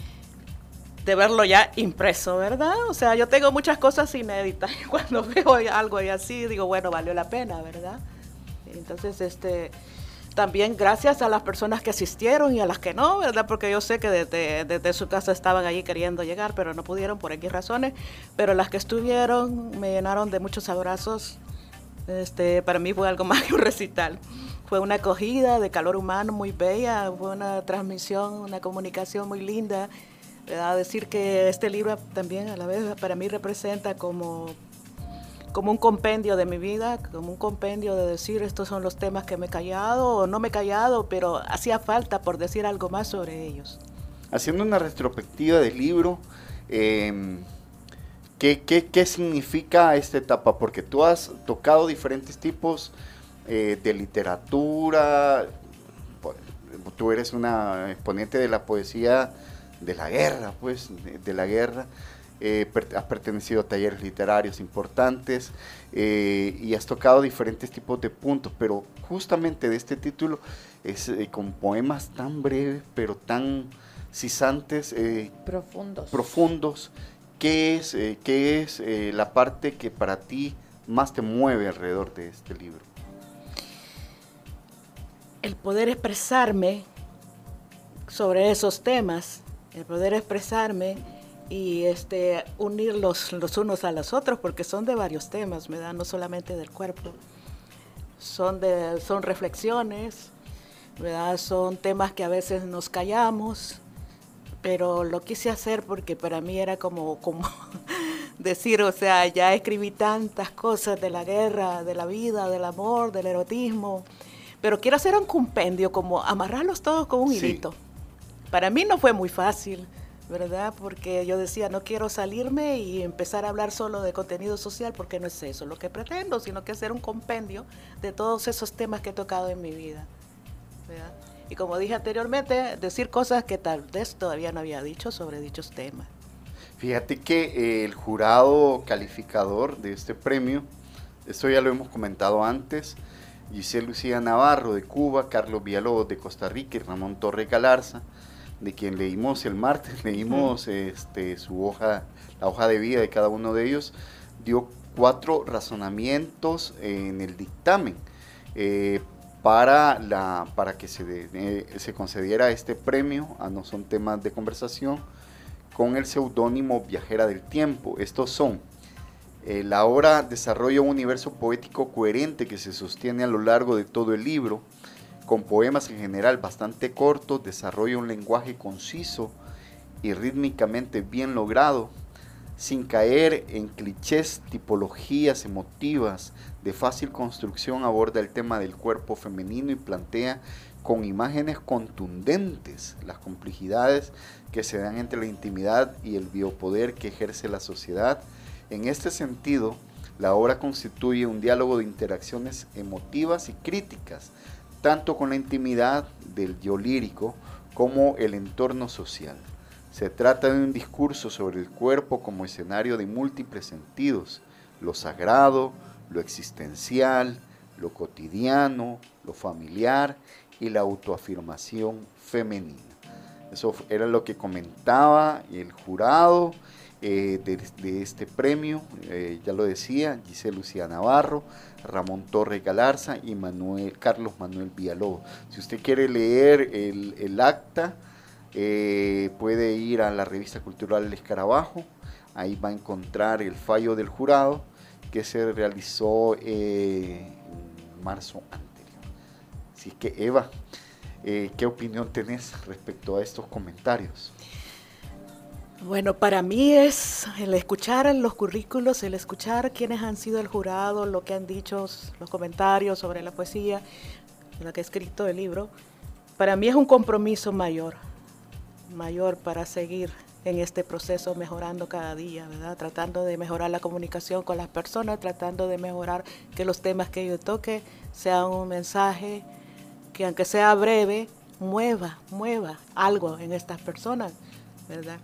de verlo ya impreso, ¿verdad? O sea, yo tengo muchas cosas inéditas y cuando veo algo y así digo, bueno, valió la pena, ¿verdad? Entonces, este, también gracias a las personas que asistieron y a las que no, ¿verdad? Porque yo sé que desde, desde su casa estaban allí queriendo llegar, pero no pudieron por X razones. Pero las que estuvieron me llenaron de muchos abrazos. Este, para mí fue algo más que un recital. Fue una acogida de calor humano muy bella, fue una transmisión, una comunicación muy linda. ¿Verdad? Decir que este libro también a la vez para mí representa como... como un compendio de mi vida, como un compendio de decir estos son los temas que me he callado o no me he callado, pero hacía falta por decir algo más sobre ellos. Haciendo una retrospectiva del libro, eh, ¿qué, qué, ¿qué significa esta etapa? Porque tú has tocado diferentes tipos eh, de literatura, tú eres una exponente de la poesía de la guerra, pues, de, de la guerra. Eh, per, has pertenecido a talleres literarios importantes eh, y has tocado diferentes tipos de puntos, pero justamente de este título es eh, con poemas tan breves pero tan cisantes, eh, profundos. profundos. ¿Qué es, eh, qué es eh, la parte que para ti más te mueve alrededor de este libro? El poder expresarme sobre esos temas, el poder expresarme y este unirlos los unos a los otros, porque son de varios temas, ¿verdad? No solamente del cuerpo, son, de, son reflexiones, ¿verdad? Son temas que a veces nos callamos, pero lo quise hacer porque para mí era como, como decir, o sea, ya escribí tantas cosas de la guerra, de la vida, del amor, del erotismo, pero quiero hacer un compendio, como amarrarlos todos con un hilito. Sí. Para mí no fue muy fácil, ¿verdad? Porque yo decía, no quiero salirme y empezar a hablar solo de contenido social, porque no es eso lo que pretendo, sino que hacer un compendio de todos esos temas que he tocado en mi vida, ¿verdad? Y como dije anteriormente, decir cosas que tal vez todavía no había dicho sobre dichos temas. Fíjate que eh, el jurado calificador de este premio, esto ya lo hemos comentado antes, Giselle Lucía Navarro de Cuba, Carlos Villalobos de Costa Rica y Ramón Torres Galarza, de quien leímos el martes, leímos este, su hoja, la hoja de vida de cada uno de ellos, dio cuatro razonamientos en el dictamen eh, para, la, para que se, de, eh, se concediera este premio a No Son Temas de Conversación con el seudónimo Viajera del Tiempo. Estos son eh, la obra desarrolla un universo poético coherente que se sostiene a lo largo de todo el libro, con poemas en general bastante cortos, desarrolla un lenguaje conciso y rítmicamente bien logrado, sin caer en clichés, tipologías emotivas de fácil construcción, aborda el tema del cuerpo femenino y plantea con imágenes contundentes las complejidades que se dan entre la intimidad y el biopoder que ejerce la sociedad. En este sentido, la obra constituye un diálogo de interacciones emotivas y críticas, tanto con la intimidad del yo lírico como el entorno social. Se trata de un discurso sobre el cuerpo como escenario de múltiples sentidos, lo sagrado, lo existencial, lo cotidiano, lo familiar y la autoafirmación femenina. Eso era lo que comentaba el jurado eh, de, de este premio, eh, ya lo decía, Giselle Lucía Navarro, Ramón Torres Galarza y Manuel, Carlos Manuel Villalobos. Si usted quiere leer el, el acta, eh, puede ir a la revista cultural El Escarabajo, ahí va a encontrar el fallo del jurado que se realizó eh, en marzo anterior. Así que Eva, eh, ¿qué opinión tenés respecto a estos comentarios? Bueno, para mí es el escuchar los currículos, el escuchar quiénes han sido el jurado, lo que han dicho, los comentarios sobre la poesía, lo que ha escrito el libro. Para mí es un compromiso mayor, mayor para seguir en este proceso mejorando cada día, ¿verdad? Tratando de mejorar la comunicación con las personas, tratando de mejorar que los temas que yo toque sean un mensaje que, aunque sea breve, mueva, mueva algo en estas personas, ¿verdad?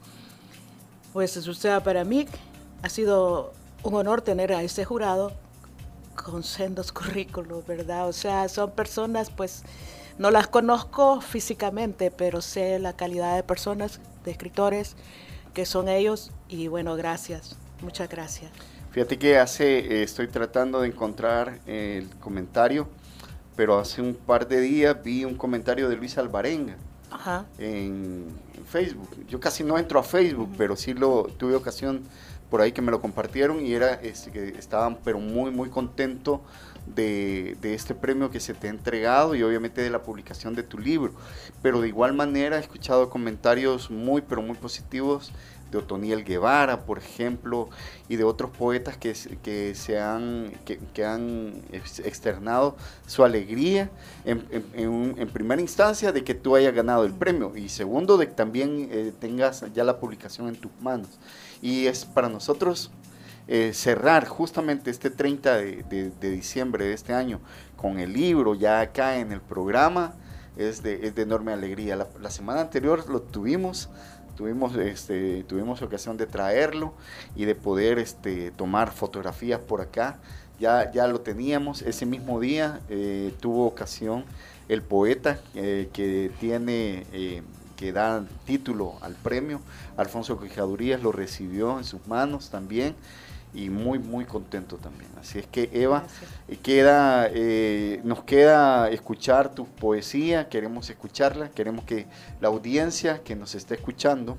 Pues, o sea, para mí ha sido un honor tener a ese jurado con sendos currículos, ¿verdad? O sea, son personas, pues, no las conozco físicamente, pero sé la calidad de personas, de escritores que son ellos, y bueno, gracias, muchas gracias. Fíjate que hace, eh, estoy tratando de encontrar el comentario, pero hace un par de días vi un comentario de Luis Alvarenga. Ajá. En, en Facebook. Yo casi no entro a Facebook, uh-huh. pero sí lo tuve ocasión por ahí que me lo compartieron y era este, que estaban pero muy muy contento de, de este premio que se te ha entregado y obviamente de la publicación de tu libro, pero de igual manera he escuchado comentarios muy pero muy positivos de Otoniel Guevara, por ejemplo, y de otros poetas que, que, se han, que, que han externado su alegría en, en, en, un, en primera instancia de que tú hayas ganado el premio y segundo de que también eh, tengas ya la publicación en tus manos. Y es para nosotros eh, cerrar justamente este treinta de, de, de diciembre de este año con el libro ya acá en el programa, es de, es de enorme alegría. La, la semana anterior lo tuvimos, Tuvimos, este, tuvimos ocasión de traerlo y de poder este, tomar fotografías por acá. Ya, ya lo teníamos. Ese mismo día eh, tuvo ocasión el poeta eh, que tiene, eh, que da título al premio, Alfonso Quijadurías, lo recibió en sus manos también y muy muy contento también. Así es que Eva, queda, eh, nos queda escuchar tu poesía, queremos escucharla, queremos que la audiencia que nos esté escuchando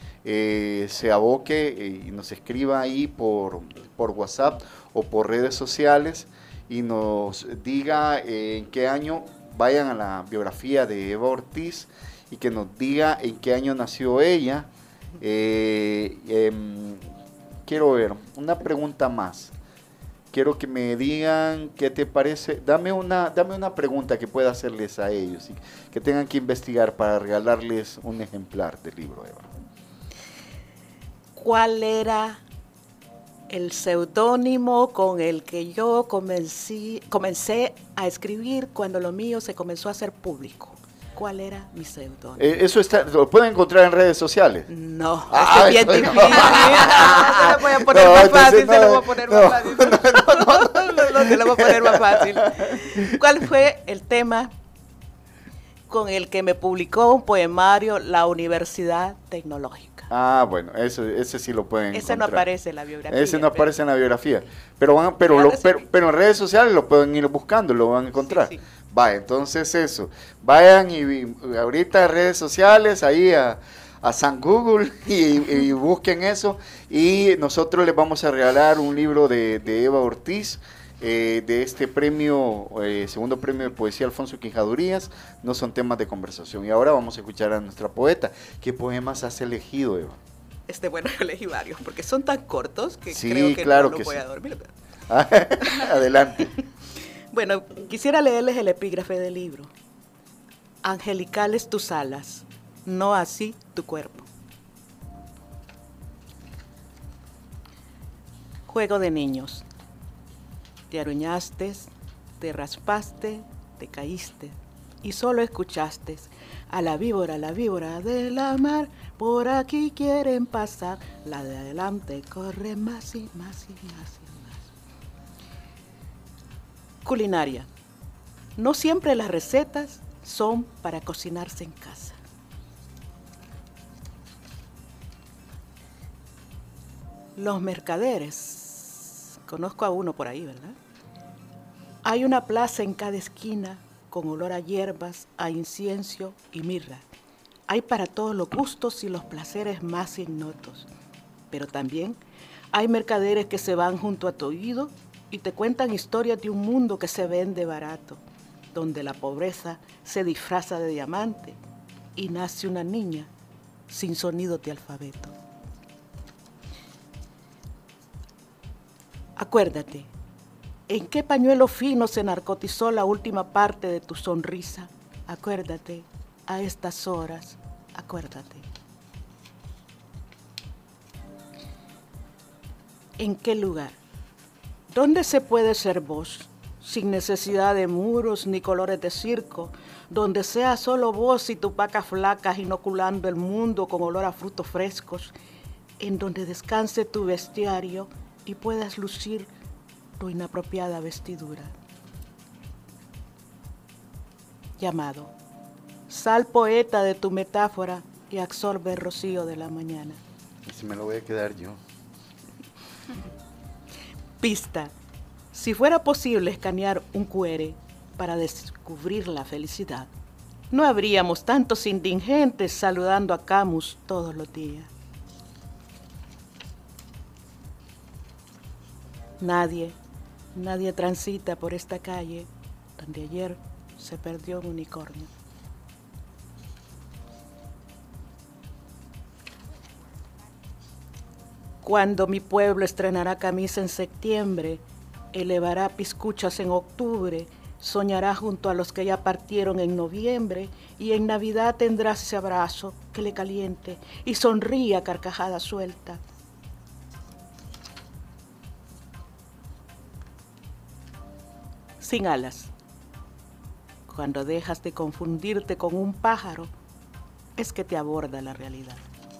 eh, se aboque y nos escriba ahí por, por WhatsApp o por redes sociales y nos diga eh, en qué año, vayan a la biografía de Eva Ortiz y que nos diga en qué año nació ella. eh, eh, Quiero ver, una pregunta más. Quiero que me digan qué te parece. Dame una, dame una pregunta que pueda hacerles a ellos y que tengan que investigar para regalarles un ejemplar del libro, Eva. ¿cuál era el seudónimo con el que yo comencé, comencé a escribir cuando lo mío se comenzó a hacer público? ¿Cuál era mi seudónimo? Eh, ¿Eso está, lo pueden encontrar en redes sociales? No, ah, es bien no, difícil. No. Se lo voy a poner No, más entonces, fácil, no, se lo voy a poner no, más fácil. No, no, no, no, se lo voy a poner más fácil. ¿Cuál fue el tema con el que me publicó un poemario la Universidad Tecnológica? Ah, bueno, eso, ese sí lo pueden Ese encontrar. no aparece en la biografía. Ese no pero... aparece en la biografía. Pero van, pero, Claro, lo, sí. pero, pero en redes sociales lo pueden ir buscando, lo van a encontrar. Sí, sí. Vaya, entonces eso. Vayan y, y ahorita redes sociales, ahí a, a San Google y, y busquen eso. Y nosotros les vamos a regalar un libro de, de Eva Ortiz, eh, de este premio, eh, segundo premio de poesía Alfonso Quijadurías. No son temas de conversación. Y ahora vamos a escuchar a nuestra poeta. ¿Qué poemas has elegido, Eva? Este, bueno, yo elegí varios, porque son tan cortos que Sí, creo que claro no lo que voy sí. a dormir. Adelante. Bueno, quisiera leerles el epígrafe del libro. Angelicales tus alas, no así tu cuerpo. Juego de niños. Te aruñaste, te raspaste, te caíste y solo escuchaste a la víbora, la víbora de la mar. Por aquí quieren pasar, la de adelante corre más y más y más y más. Culinaria. No siempre las recetas son para cocinarse en casa. Los mercaderes. Conozco a uno por ahí, ¿verdad? Hay una plaza en cada esquina con olor a hierbas, a incienso y mirra. Hay para todos los gustos y los placeres más ignotos. Pero también hay mercaderes que se van junto a tu oído y te cuentan historias de un mundo que se vende barato, donde la pobreza se disfraza de diamante y nace una niña sin sonido de alfabeto. Acuérdate, ¿en qué pañuelo fino se narcotizó la última parte de tu sonrisa? Acuérdate, a estas horas, acuérdate. ¿En qué lugar? ¿Dónde se puede ser vos, sin necesidad de muros ni colores de circo, donde sea solo vos y tus vacas flacas inoculando el mundo con olor a frutos frescos, en donde descanse tu bestiario y puedas lucir tu inapropiada vestidura? Llamado, sal poeta de tu metáfora y absorbe el rocío de la mañana. Ese me lo voy a quedar yo. Pista. Si fuera posible escanear un Q R para descubrir la felicidad, no habríamos tantos indigentes saludando a Camus todos los días. Nadie, nadie transita por esta calle donde ayer se perdió un unicornio. Cuando mi pueblo estrenará camisa en septiembre, elevará piscuchas en octubre, soñará junto a los que ya partieron en noviembre, y en Navidad tendrás ese abrazo que le caliente y sonríe a carcajada suelta. Sin alas. Cuando dejas de confundirte con un pájaro, es que te aborda la realidad.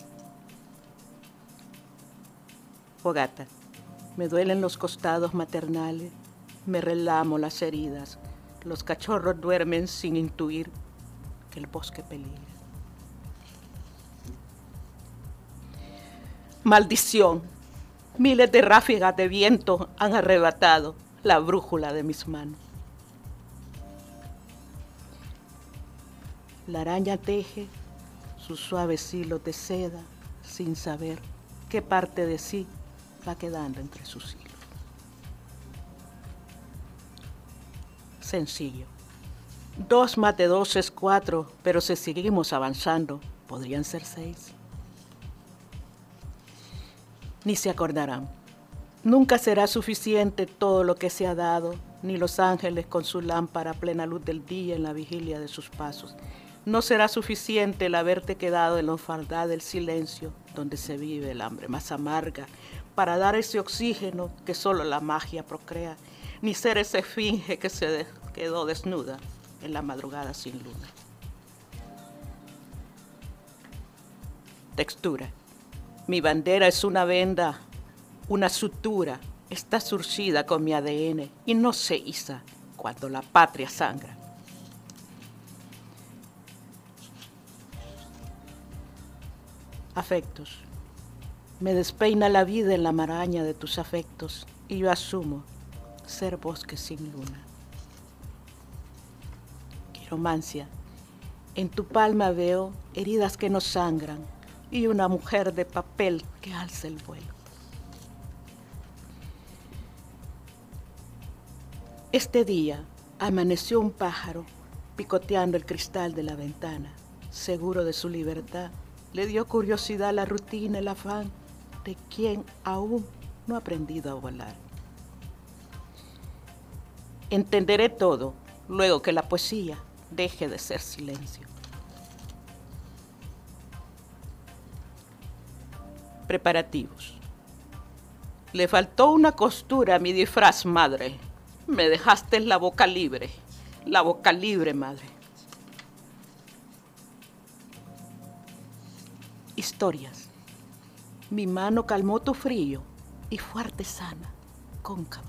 Fogata. Me duelen los costados maternales, me relamo las heridas, los cachorros duermen sin intuir que el bosque peligra. Maldición, miles de ráfagas de viento han arrebatado la brújula de mis manos. La araña teje sus suaves hilos de seda sin saber qué parte de sí va quedando entre sus hilos. Sencillo. Dos más de dos es cuatro, pero si seguimos avanzando, podrían ser seis. Ni se acordarán. Nunca será suficiente todo lo que se ha dado, ni los ángeles con su lámpara a plena luz del día en la vigilia de sus pasos. No será suficiente el haberte quedado en la orfandad del silencio, donde se vive el hambre más amarga, para dar ese oxígeno que solo la magia procrea, ni ser esa esfinge que se de- quedó desnuda en la madrugada sin luna. Textura. Mi bandera es una venda, una sutura, está surcida con mi A D N y no se iza cuando la patria sangra. Afectos. Me despeina la vida en la maraña de tus afectos y yo asumo ser bosque sin luna. Quiromancia. En tu palma veo heridas que no sangran y una mujer de papel que alza el vuelo. Este día amaneció un pájaro picoteando el cristal de la ventana, seguro de su libertad. Le dio curiosidad la rutina, el afán de quien aún no ha aprendido a volar. Entenderé todo luego que la poesía deje de ser silencio. Preparativos. Le faltó una costura a mi disfraz, madre. Me dejaste la boca libre, la boca libre, madre. Historias. Mi mano calmó tu frío y fue artesana, cóncava.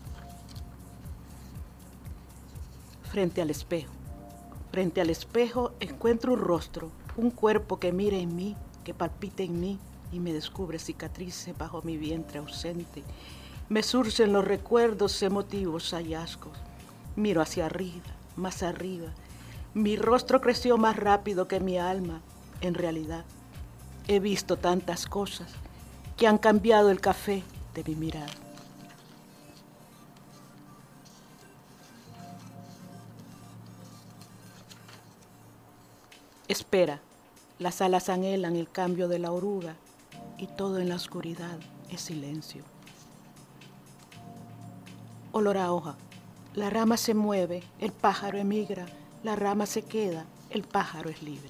Frente al espejo. Frente al espejo encuentro un rostro, un cuerpo que mire en mí, que palpite en mí y me descubre cicatrices bajo mi vientre ausente. Me surcen los recuerdos emotivos hallazgos. Miro hacia arriba, más arriba. Mi rostro creció más rápido que mi alma. En realidad, he visto tantas cosas que han cambiado el café de mi mirada. Espera, las alas anhelan el cambio de la oruga y todo en la oscuridad es silencio. Olor a hoja, la rama se mueve, el pájaro emigra, la rama se queda, el pájaro es libre.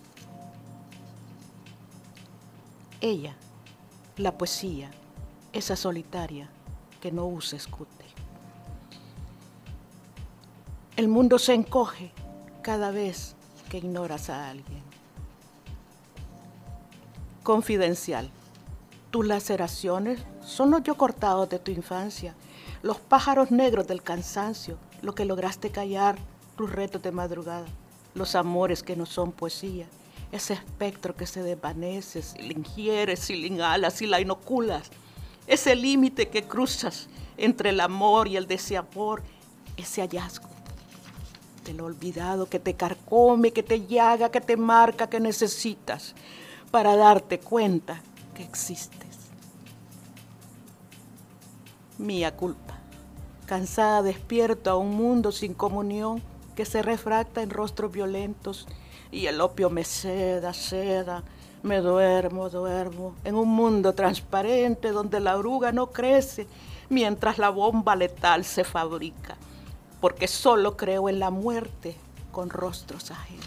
Ella, la poesía, esa solitaria que no usa escute. El mundo se encoge cada vez que ignoras a alguien. Confidencial. Tus laceraciones son los yo cortados de tu infancia, los pájaros negros del cansancio, lo que lograste callar, tus retos de madrugada, los amores que no son poesía, ese espectro que se desvanece si le ingieres, si le inhalas, si la inoculas, ese límite que cruzas entre el amor y el desamor, ese hallazgo de lo olvidado que te carcome, que te llaga, que te marca, que necesitas para darte cuenta que existes. Mía culpa, cansada despierto a un mundo sin comunión que se refracta en rostros violentos y el opio me seda, seda, me duermo, duermo en un mundo transparente donde la oruga no crece mientras la bomba letal se fabrica, porque solo creo en la muerte con rostros ajenos.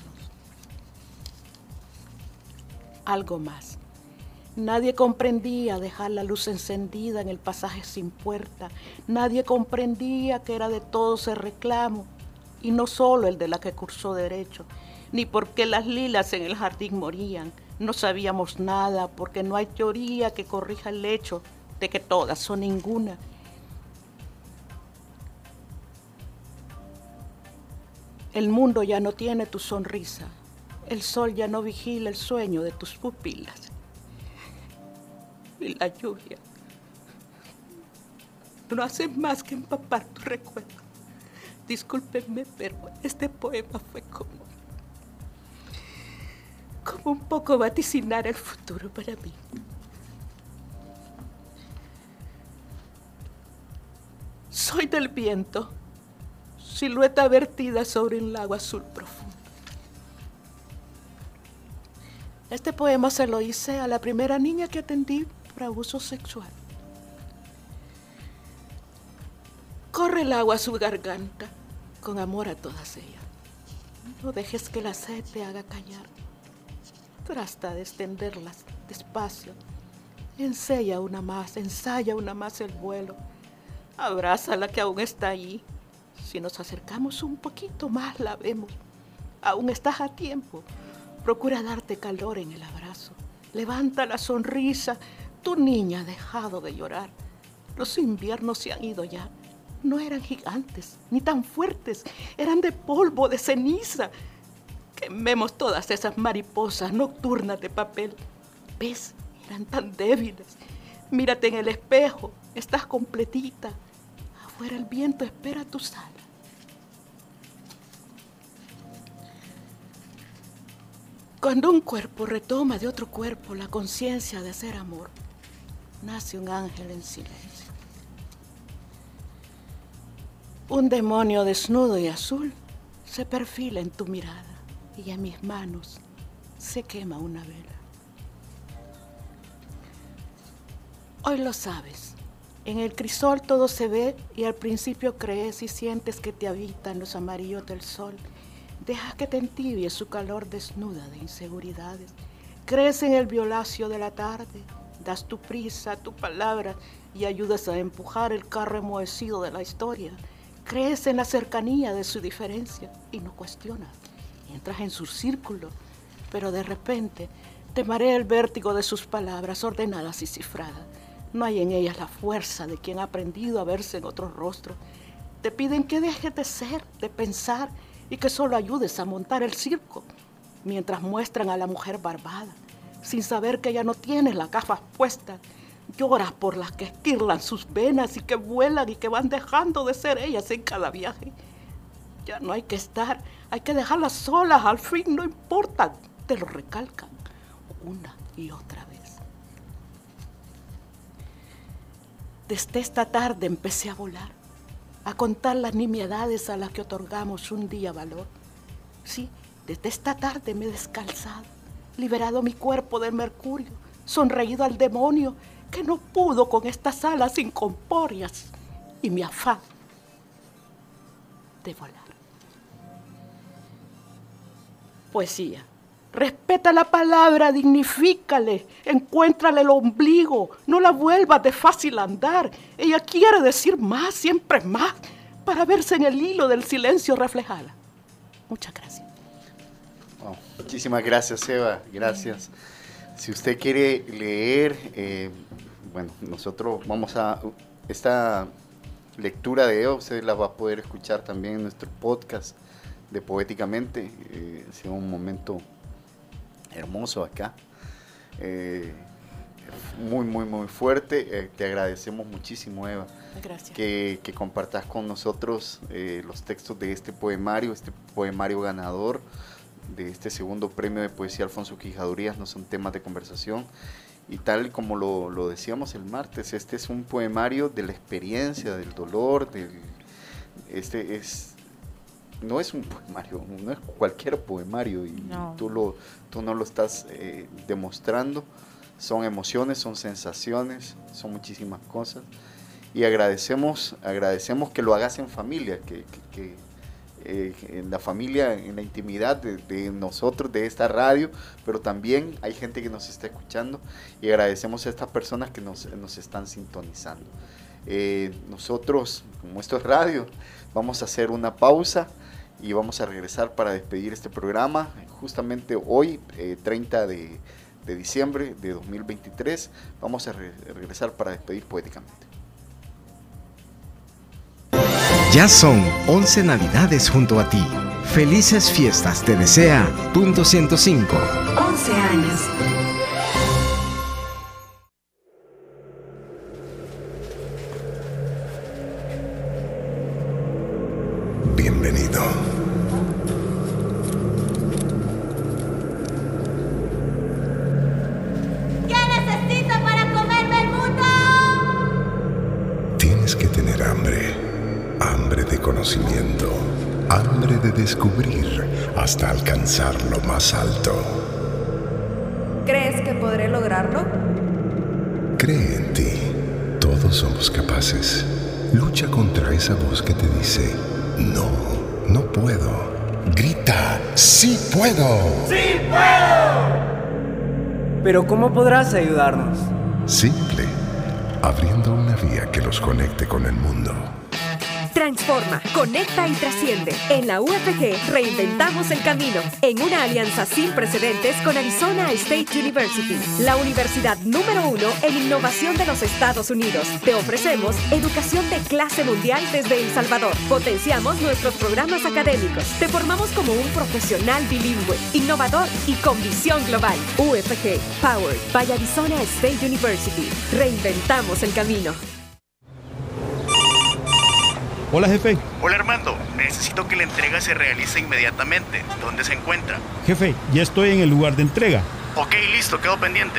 Algo más. Nadie comprendía dejar la luz encendida en el pasaje sin puerta. Nadie comprendía que era de todos el reclamo, y no solo el de la que cursó derecho, ni por qué las lilas en el jardín morían. No sabíamos nada porque no hay teoría que corrija el hecho de que todas son ninguna. El mundo ya no tiene tu sonrisa. El sol ya no vigila el sueño de tus pupilas. Y la lluvia no hace más que empapar tu recuerdo. Discúlpenme, pero este poema fue como, como un poco vaticinar el futuro para mí. Soy del viento, silueta vertida sobre un lago azul profundo. Este poema se lo hice a la primera niña que atendí por abuso sexual. Corre el agua a su garganta, con amor a todas ellas. No dejes que la sed te haga callar. Trata de extenderlas despacio. Ensaya una más, ensaya una más el vuelo. Abrázala que aún está allí. Si nos acercamos un poquito más la vemos. Aún estás a tiempo. Procura darte calor en el abrazo. Levanta la sonrisa. Tu niña ha dejado de llorar. Los inviernos se han ido ya. No eran gigantes, ni tan fuertes. Eran de polvo, de ceniza. Quememos todas esas mariposas nocturnas de papel. ¿Ves? Eran tan débiles. Mírate en el espejo. Estás completita. Afuera el viento espera tu sala. Cuando un cuerpo retoma de otro cuerpo la conciencia de ser amor, nace un ángel en silencio. Un demonio desnudo y azul se perfila en tu mirada y en mis manos se quema una vela. Hoy lo sabes, en el crisol todo se ve y al principio crees y sientes que te habitan los amarillos del sol. Dejas que te entibie su calor desnuda de inseguridades. Crees en el violáceo de la tarde, das tu prisa, tu palabra y ayudas a empujar el carro enmohecido de la historia. Crees en la cercanía de su diferencia y no cuestionas. Entras en su círculo, pero de repente te marea el vértigo de sus palabras ordenadas y cifradas. No hay en ellas la fuerza de quien ha aprendido a verse en otro rostro. Te piden que dejes de ser, de pensar y que solo ayudes a montar el circo, mientras muestran a la mujer barbada, sin saber que ella no tiene las gafas puestas. Lloras por las que estirlan sus venas y que vuelan y que van dejando de ser ellas en cada viaje. Ya no hay que estar, hay que dejarlas solas, al fin no importan, te lo recalcan una y otra vez. Desde esta tarde empecé a volar, a contar las nimiedades a las que otorgamos un día valor. Sí, desde esta tarde me he descalzado, liberado mi cuerpo del mercurio, sonreído al demonio que no pudo con estas alas incorpóreas y mi afán de volar. Poesía. Respeta la palabra, dignifícale, encuéntrale el ombligo, no la vuelvas de fácil andar. Ella quiere decir más, siempre más, para verse en el hilo del silencio reflejada. Muchas gracias. Oh, muchísimas gracias, Eva, gracias. Si usted quiere leer, eh, bueno, nosotros vamos a, esta lectura de Eva, usted la va a poder escuchar también en nuestro podcast de Poéticamente. Eh, ha sido un momento hermoso acá, eh, muy, muy, muy fuerte. Eh, te agradecemos muchísimo, Eva, gracias. Que, que compartas con nosotros eh, los textos de este poemario, este poemario ganador de este segundo premio de poesía Alfonso Quijadurías. No son temas de conversación y tal como lo, lo decíamos el martes, este es un poemario de la experiencia, del dolor, del, este es no es un poemario, no es cualquier poemario y no. tú, lo, tú no lo estás eh, demostrando. Son emociones, son sensaciones, son muchísimas cosas y agradecemos, agradecemos que lo hagas en familia, que, que, que eh, en la familia, en la intimidad de, de nosotros, de esta radio, pero también hay gente que nos está escuchando y agradecemos a estas personas que nos, nos están sintonizando. Eh, nosotros, como esto es radio, vamos a hacer una pausa y vamos a regresar para despedir este programa. Justamente hoy, eh, treinta de diciembre de dos mil veintitrés, vamos a re regresar para despedir Poéticamente. Ya son once Navidades junto a ti. Felices fiestas te desea Punto ciento cinco. once años. Bienvenido. ¿Qué necesito para comerme el mundo? Tienes que tener hambre, hambre de conocimiento, hambre de descubrir hasta alcanzar lo más alto. ¿Crees que podré lograrlo? Cree en ti. Todos somos capaces. Lucha contra esa voz que te dice: no, no puedo. Grita: ¡sí puedo! ¡Sí puedo! Pero ¿cómo podrás ayudarnos? Simple, abriendo una vía que los conecte con el mundo. Transforma, conecta y trasciende. En la U F G reinventamos el camino. En una alianza sin precedentes con Arizona State University, la universidad número uno en innovación de los Estados Unidos. Te ofrecemos educación de clase mundial desde El Salvador. Potenciamos nuestros programas académicos. Te formamos como un profesional bilingüe, innovador y con visión global. U F G, powered by Arizona State University. Reinventamos el camino. Hola, jefe. Hola, Armando. Necesito que la entrega se realice inmediatamente. ¿Dónde se encuentra? Jefe, ya estoy en el lugar de entrega. Ok, listo, quedo pendiente.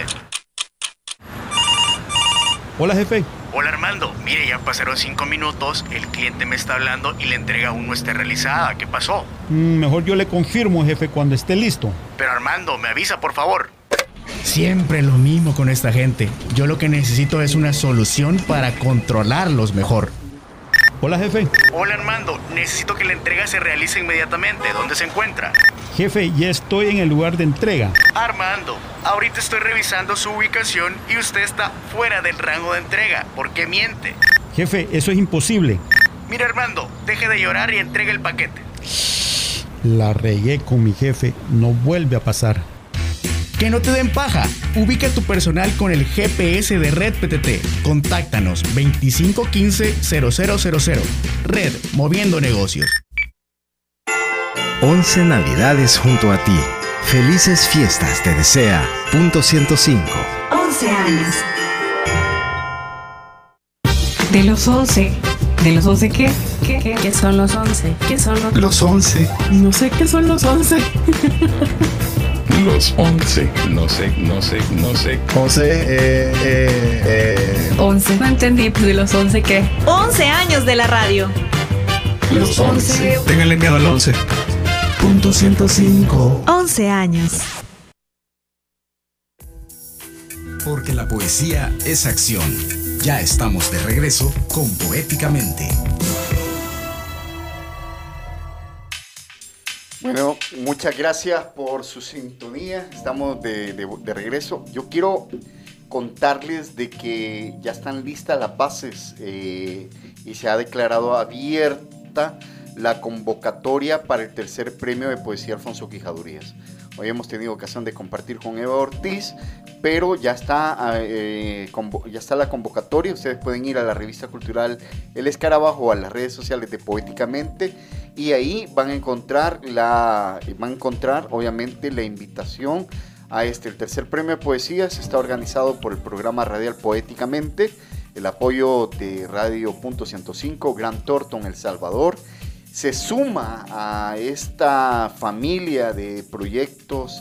Hola, jefe. Hola, Armando. Mire, ya pasaron cinco minutos, el cliente me está hablando y la entrega aún no está realizada. ¿Qué pasó? Mm, mejor yo le confirmo, jefe, cuando esté listo. Pero, Armando, me avisa, por favor. Siempre lo mismo con esta gente. Yo lo que necesito es una solución para controlarlos mejor. Hola, jefe. Hola, Armando. Necesito que la entrega se realice inmediatamente. ¿Dónde se encuentra? Jefe, ya estoy en el lugar de entrega. Armando, ahorita estoy revisando su ubicación y usted está fuera del rango de entrega. ¿Por qué miente? Jefe, eso es imposible. Mira, Armando, deje de llorar y entregue el paquete. La regué con mi jefe. No vuelve a pasar. Que no te den paja. Ubica tu personal con el G P S de Red P T T. Contáctanos veinticinco quince cero cero cero cero. Red, moviendo negocios. once Navidades junto a ti. Felices fiestas te desea. Punto ciento cinco. once años. De los once. ¿De los once qué? ¿Qué, qué? ¿Qué son los once? ¿Qué son los... Los once. No sé qué son los once. Los once. No sé, no sé, no sé. Once, eh, eh, eh. Once. No entendí, pues, de los once qué. once años de la radio. Los once. Ténganle miedo al once. Punto ciento cinco. once años. Porque la poesía es acción. Ya estamos de regreso con Poéticamente. Bueno, muchas gracias por su sintonía. Estamos de, de, de regreso. Yo quiero contarles de que ya están listas las bases eh, y se ha declarado abierta la convocatoria para el tercer premio de poesía Alfonso Quijadurías. Hoy hemos tenido ocasión de compartir con Eva Ortiz, pero ya está, eh, ya está la convocatoria. Ustedes pueden ir a la revista cultural El Escarabajo o a las redes sociales de Poéticamente y ahí van a encontrar, la, van a encontrar obviamente la invitación a este, el tercer premio de poesías. Está organizado por el programa radial Poéticamente, el apoyo de Radio Punto ciento cinco, Gran Thornton, El Salvador. Se suma a esta familia de proyectos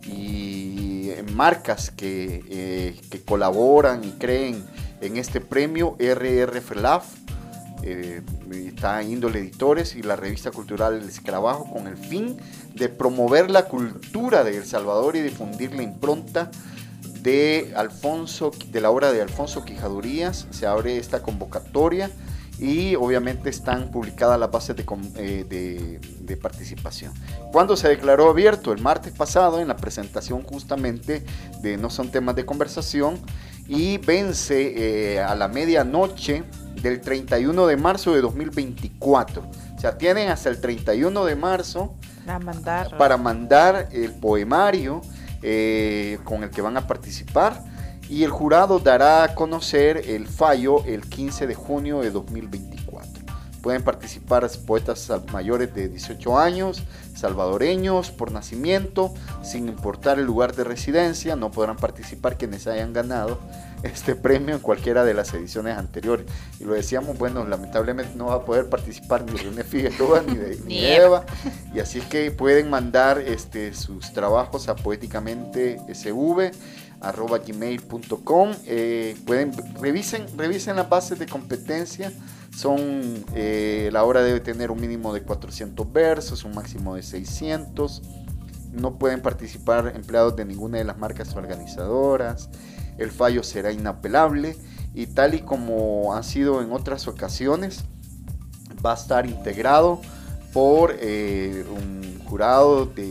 y marcas que, eh, que colaboran y creen en este premio. R R F L A F, eh, está Índole Editores y la revista cultural El Escarabajo, con el fin de promover la cultura de El Salvador y difundir la impronta de Alfonso, de la obra de Alfonso Quijadurías. Se abre esta convocatoria y obviamente están publicadas las bases de, eh, de, de participación. ¿Cuándo se declaró abierto? El martes pasado, en la presentación justamente de No Son Temas de Conversación, y vence eh, a la medianoche del treinta y uno de marzo de dos mil veinticuatro. O sea, tienen hasta el treinta y uno de marzo para mandar, para mandar el poemario eh, con el que van a participar. Y el jurado dará a conocer el fallo el quince de junio de dos mil veinticuatro. Pueden participar poetas mayores de dieciocho años, salvadoreños por nacimiento, sin importar el lugar de residencia. No podrán participar quienes hayan ganado este premio en cualquiera de las ediciones anteriores. Y lo decíamos, bueno, lamentablemente no va a poder participar ni René Figueroa ni, de, ni Eva. Y así es que pueden mandar este, sus trabajos a poéticamente S V arroba gmail punto com. Eh, pueden revisen revisen las bases de competencia. Son eh, la obra debe tener un mínimo de cuatrocientos versos, un máximo de seiscientos. No pueden participar empleados de ninguna de las marcas organizadoras. El fallo será inapelable y, tal y como ha sido en otras ocasiones, va a estar integrado por eh, un jurado de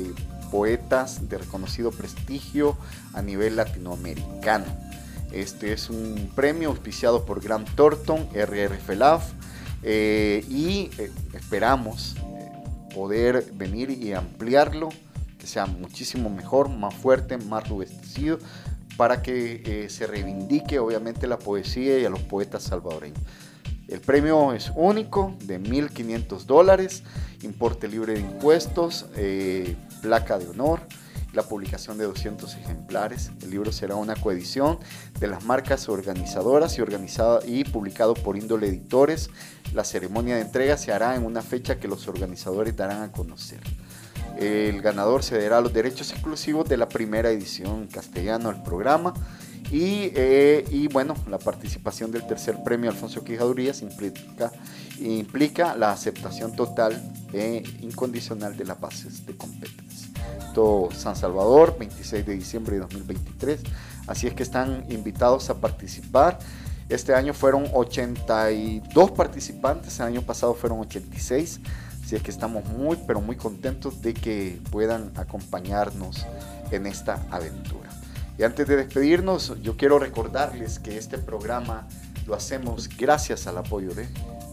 poetas de reconocido prestigio a nivel latinoamericano. Este es un premio auspiciado por Grant Thornton, R R F L A F, eh, y eh, esperamos eh, poder venir y ampliarlo, que sea muchísimo mejor, más fuerte, más robustecido, para que eh, se reivindique obviamente la poesía y a los poetas salvadoreños. El premio es único, de mil quinientos dólares, importe libre de impuestos, eh, placa de honor, la publicación de doscientos ejemplares. El libro será una coedición de las marcas organizadoras y, organizado, y publicado por Índole Editores. La ceremonia de entrega se hará en una fecha que los organizadores darán a conocer. El ganador cederá los derechos exclusivos de la primera edición en castellano al programa. Y, eh, y bueno, la participación del tercer premio Alfonso Quijadurías implica, implica la aceptación total e incondicional de las bases de competencia. Esto, San Salvador, veintiséis de diciembre de dos mil veintitrés. Así es que están invitados a participar. Este año fueron ochenta y dos participantes, el año pasado fueron ochenta y seis. Así es que estamos muy, pero muy contentos de que puedan acompañarnos en esta aventura. Y antes de despedirnos, yo quiero recordarles que este programa lo hacemos gracias al apoyo de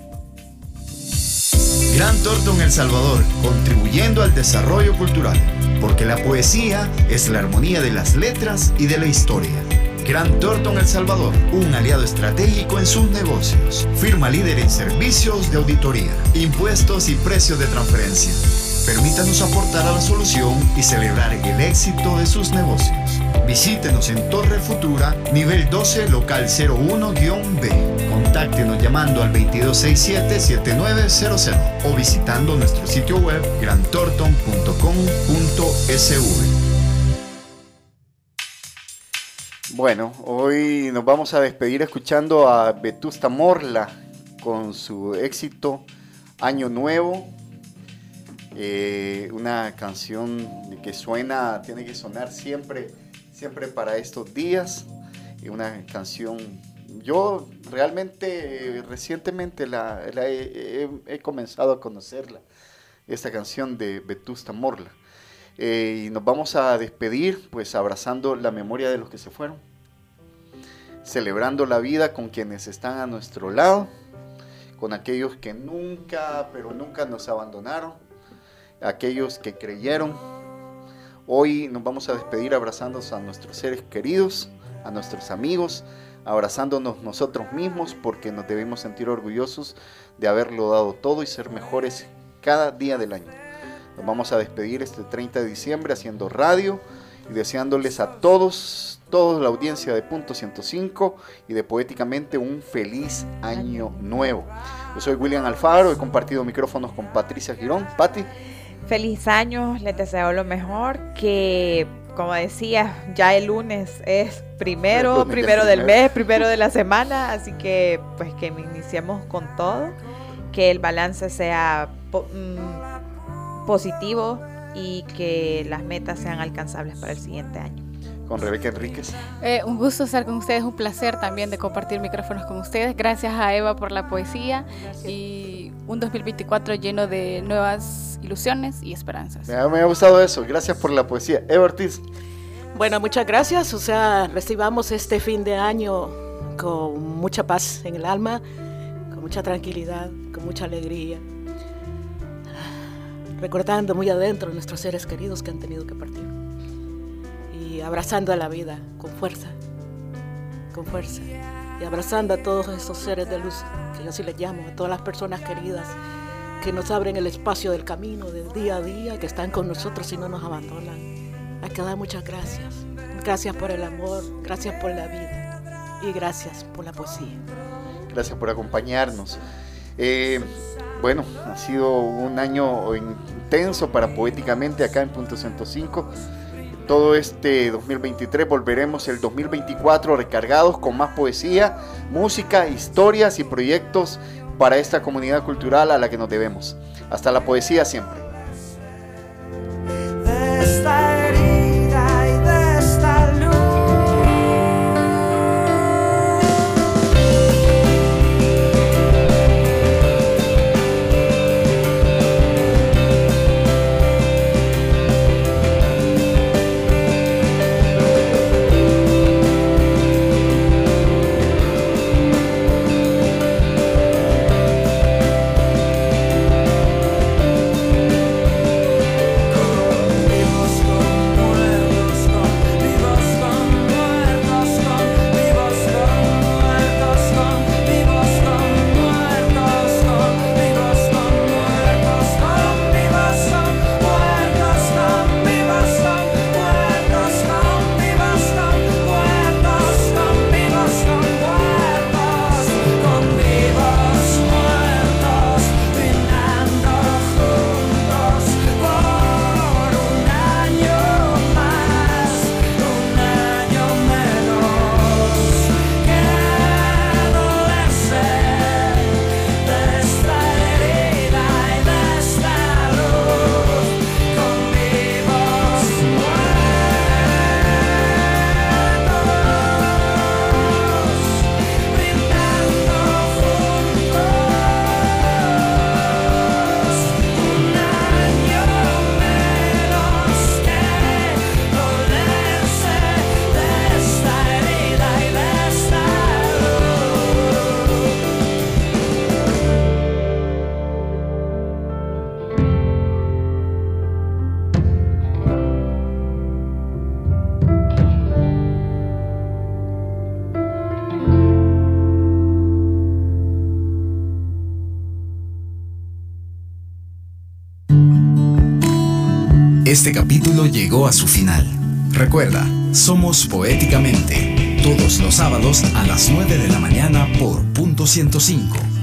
Grant Thornton El Salvador, contribuyendo al desarrollo cultural, porque la poesía es la armonía de las letras y de la historia. Grant Thornton El Salvador, un aliado estratégico en sus negocios. Firma líder en servicios de auditoría, impuestos y precios de transferencia. Permítanos aportar a la solución y celebrar el éxito de sus negocios. Visítenos en Torre Futura, nivel doce, local cero uno B. Contáctenos llamando al veintidós sesenta y siete, setenta y nueve cero cero o visitando nuestro sitio web grant thornton punto com punto s v. Bueno, hoy nos vamos a despedir escuchando a Vetusta Morla con su éxito Año Nuevo. Eh, una canción que suena, tiene que sonar siempre, siempre para estos días. Eh, una canción, yo realmente eh, recientemente la, la he, he, he comenzado a conocerla, esta canción de Vetusta Morla. Eh, y nos vamos a despedir pues abrazando la memoria de los que se fueron, celebrando la vida con quienes están a nuestro lado, con aquellos que nunca, pero nunca nos abandonaron, aquellos que creyeron. Hoy nos vamos a despedir abrazándonos a nuestros seres queridos, a nuestros amigos, abrazándonos nosotros mismos, porque nos debemos sentir orgullosos de haberlo dado todo y ser mejores cada día del año. Nos vamos a despedir este treinta de diciembre haciendo radio y deseándoles a todos, toda la audiencia de Punto ciento cinco y de Poéticamente un feliz año nuevo. Yo soy William Alfaro, he compartido micrófonos con Patricia Girón. Pati. Feliz año, les deseo lo mejor, que como decía, ya el lunes es primero, el lunes primero del primero. mes, primero de la semana, así que pues que iniciemos con todo, que el balance sea po- mmm, positivo y que las metas sean alcanzables para el siguiente año. Con Rebeca Enríquez. Eh, un gusto estar con ustedes, un placer también de compartir micrófonos con ustedes. Gracias a Eva por la poesía. Gracias. Y un dos mil veinticuatro lleno de nuevas ilusiones y esperanzas. Me ha, me ha gustado eso, gracias por la poesía. Eva Ortiz. Bueno, muchas gracias, o sea, recibamos este fin de año con mucha paz en el alma, con mucha tranquilidad, con mucha alegría, recordando muy adentro a nuestros seres queridos que han tenido que partir y abrazando a la vida con fuerza, con fuerza, y abrazando a todos esos seres de luz, que yo así les llamo, a todas las personas queridas que nos abren el espacio del camino del día a día, que están con nosotros y no nos abandonan. Hay que dar muchas gracias. Gracias por el amor, gracias por la vida y gracias por la poesía. Gracias por acompañarnos. Eh, bueno, ha sido un año intenso para Poéticamente acá en Punto ciento cinco. Todo este dos mil veintitrés volveremos el dos mil veinticuatro recargados con más poesía, música, historias y proyectos para esta comunidad cultural a la que nos debemos. Hasta la poesía siempre. De esta herida y de esta luz. Este capítulo llegó a su final. Recuerda, somos Poéticamente, todos los sábados a las nueve de la mañana por Punto ciento cinco.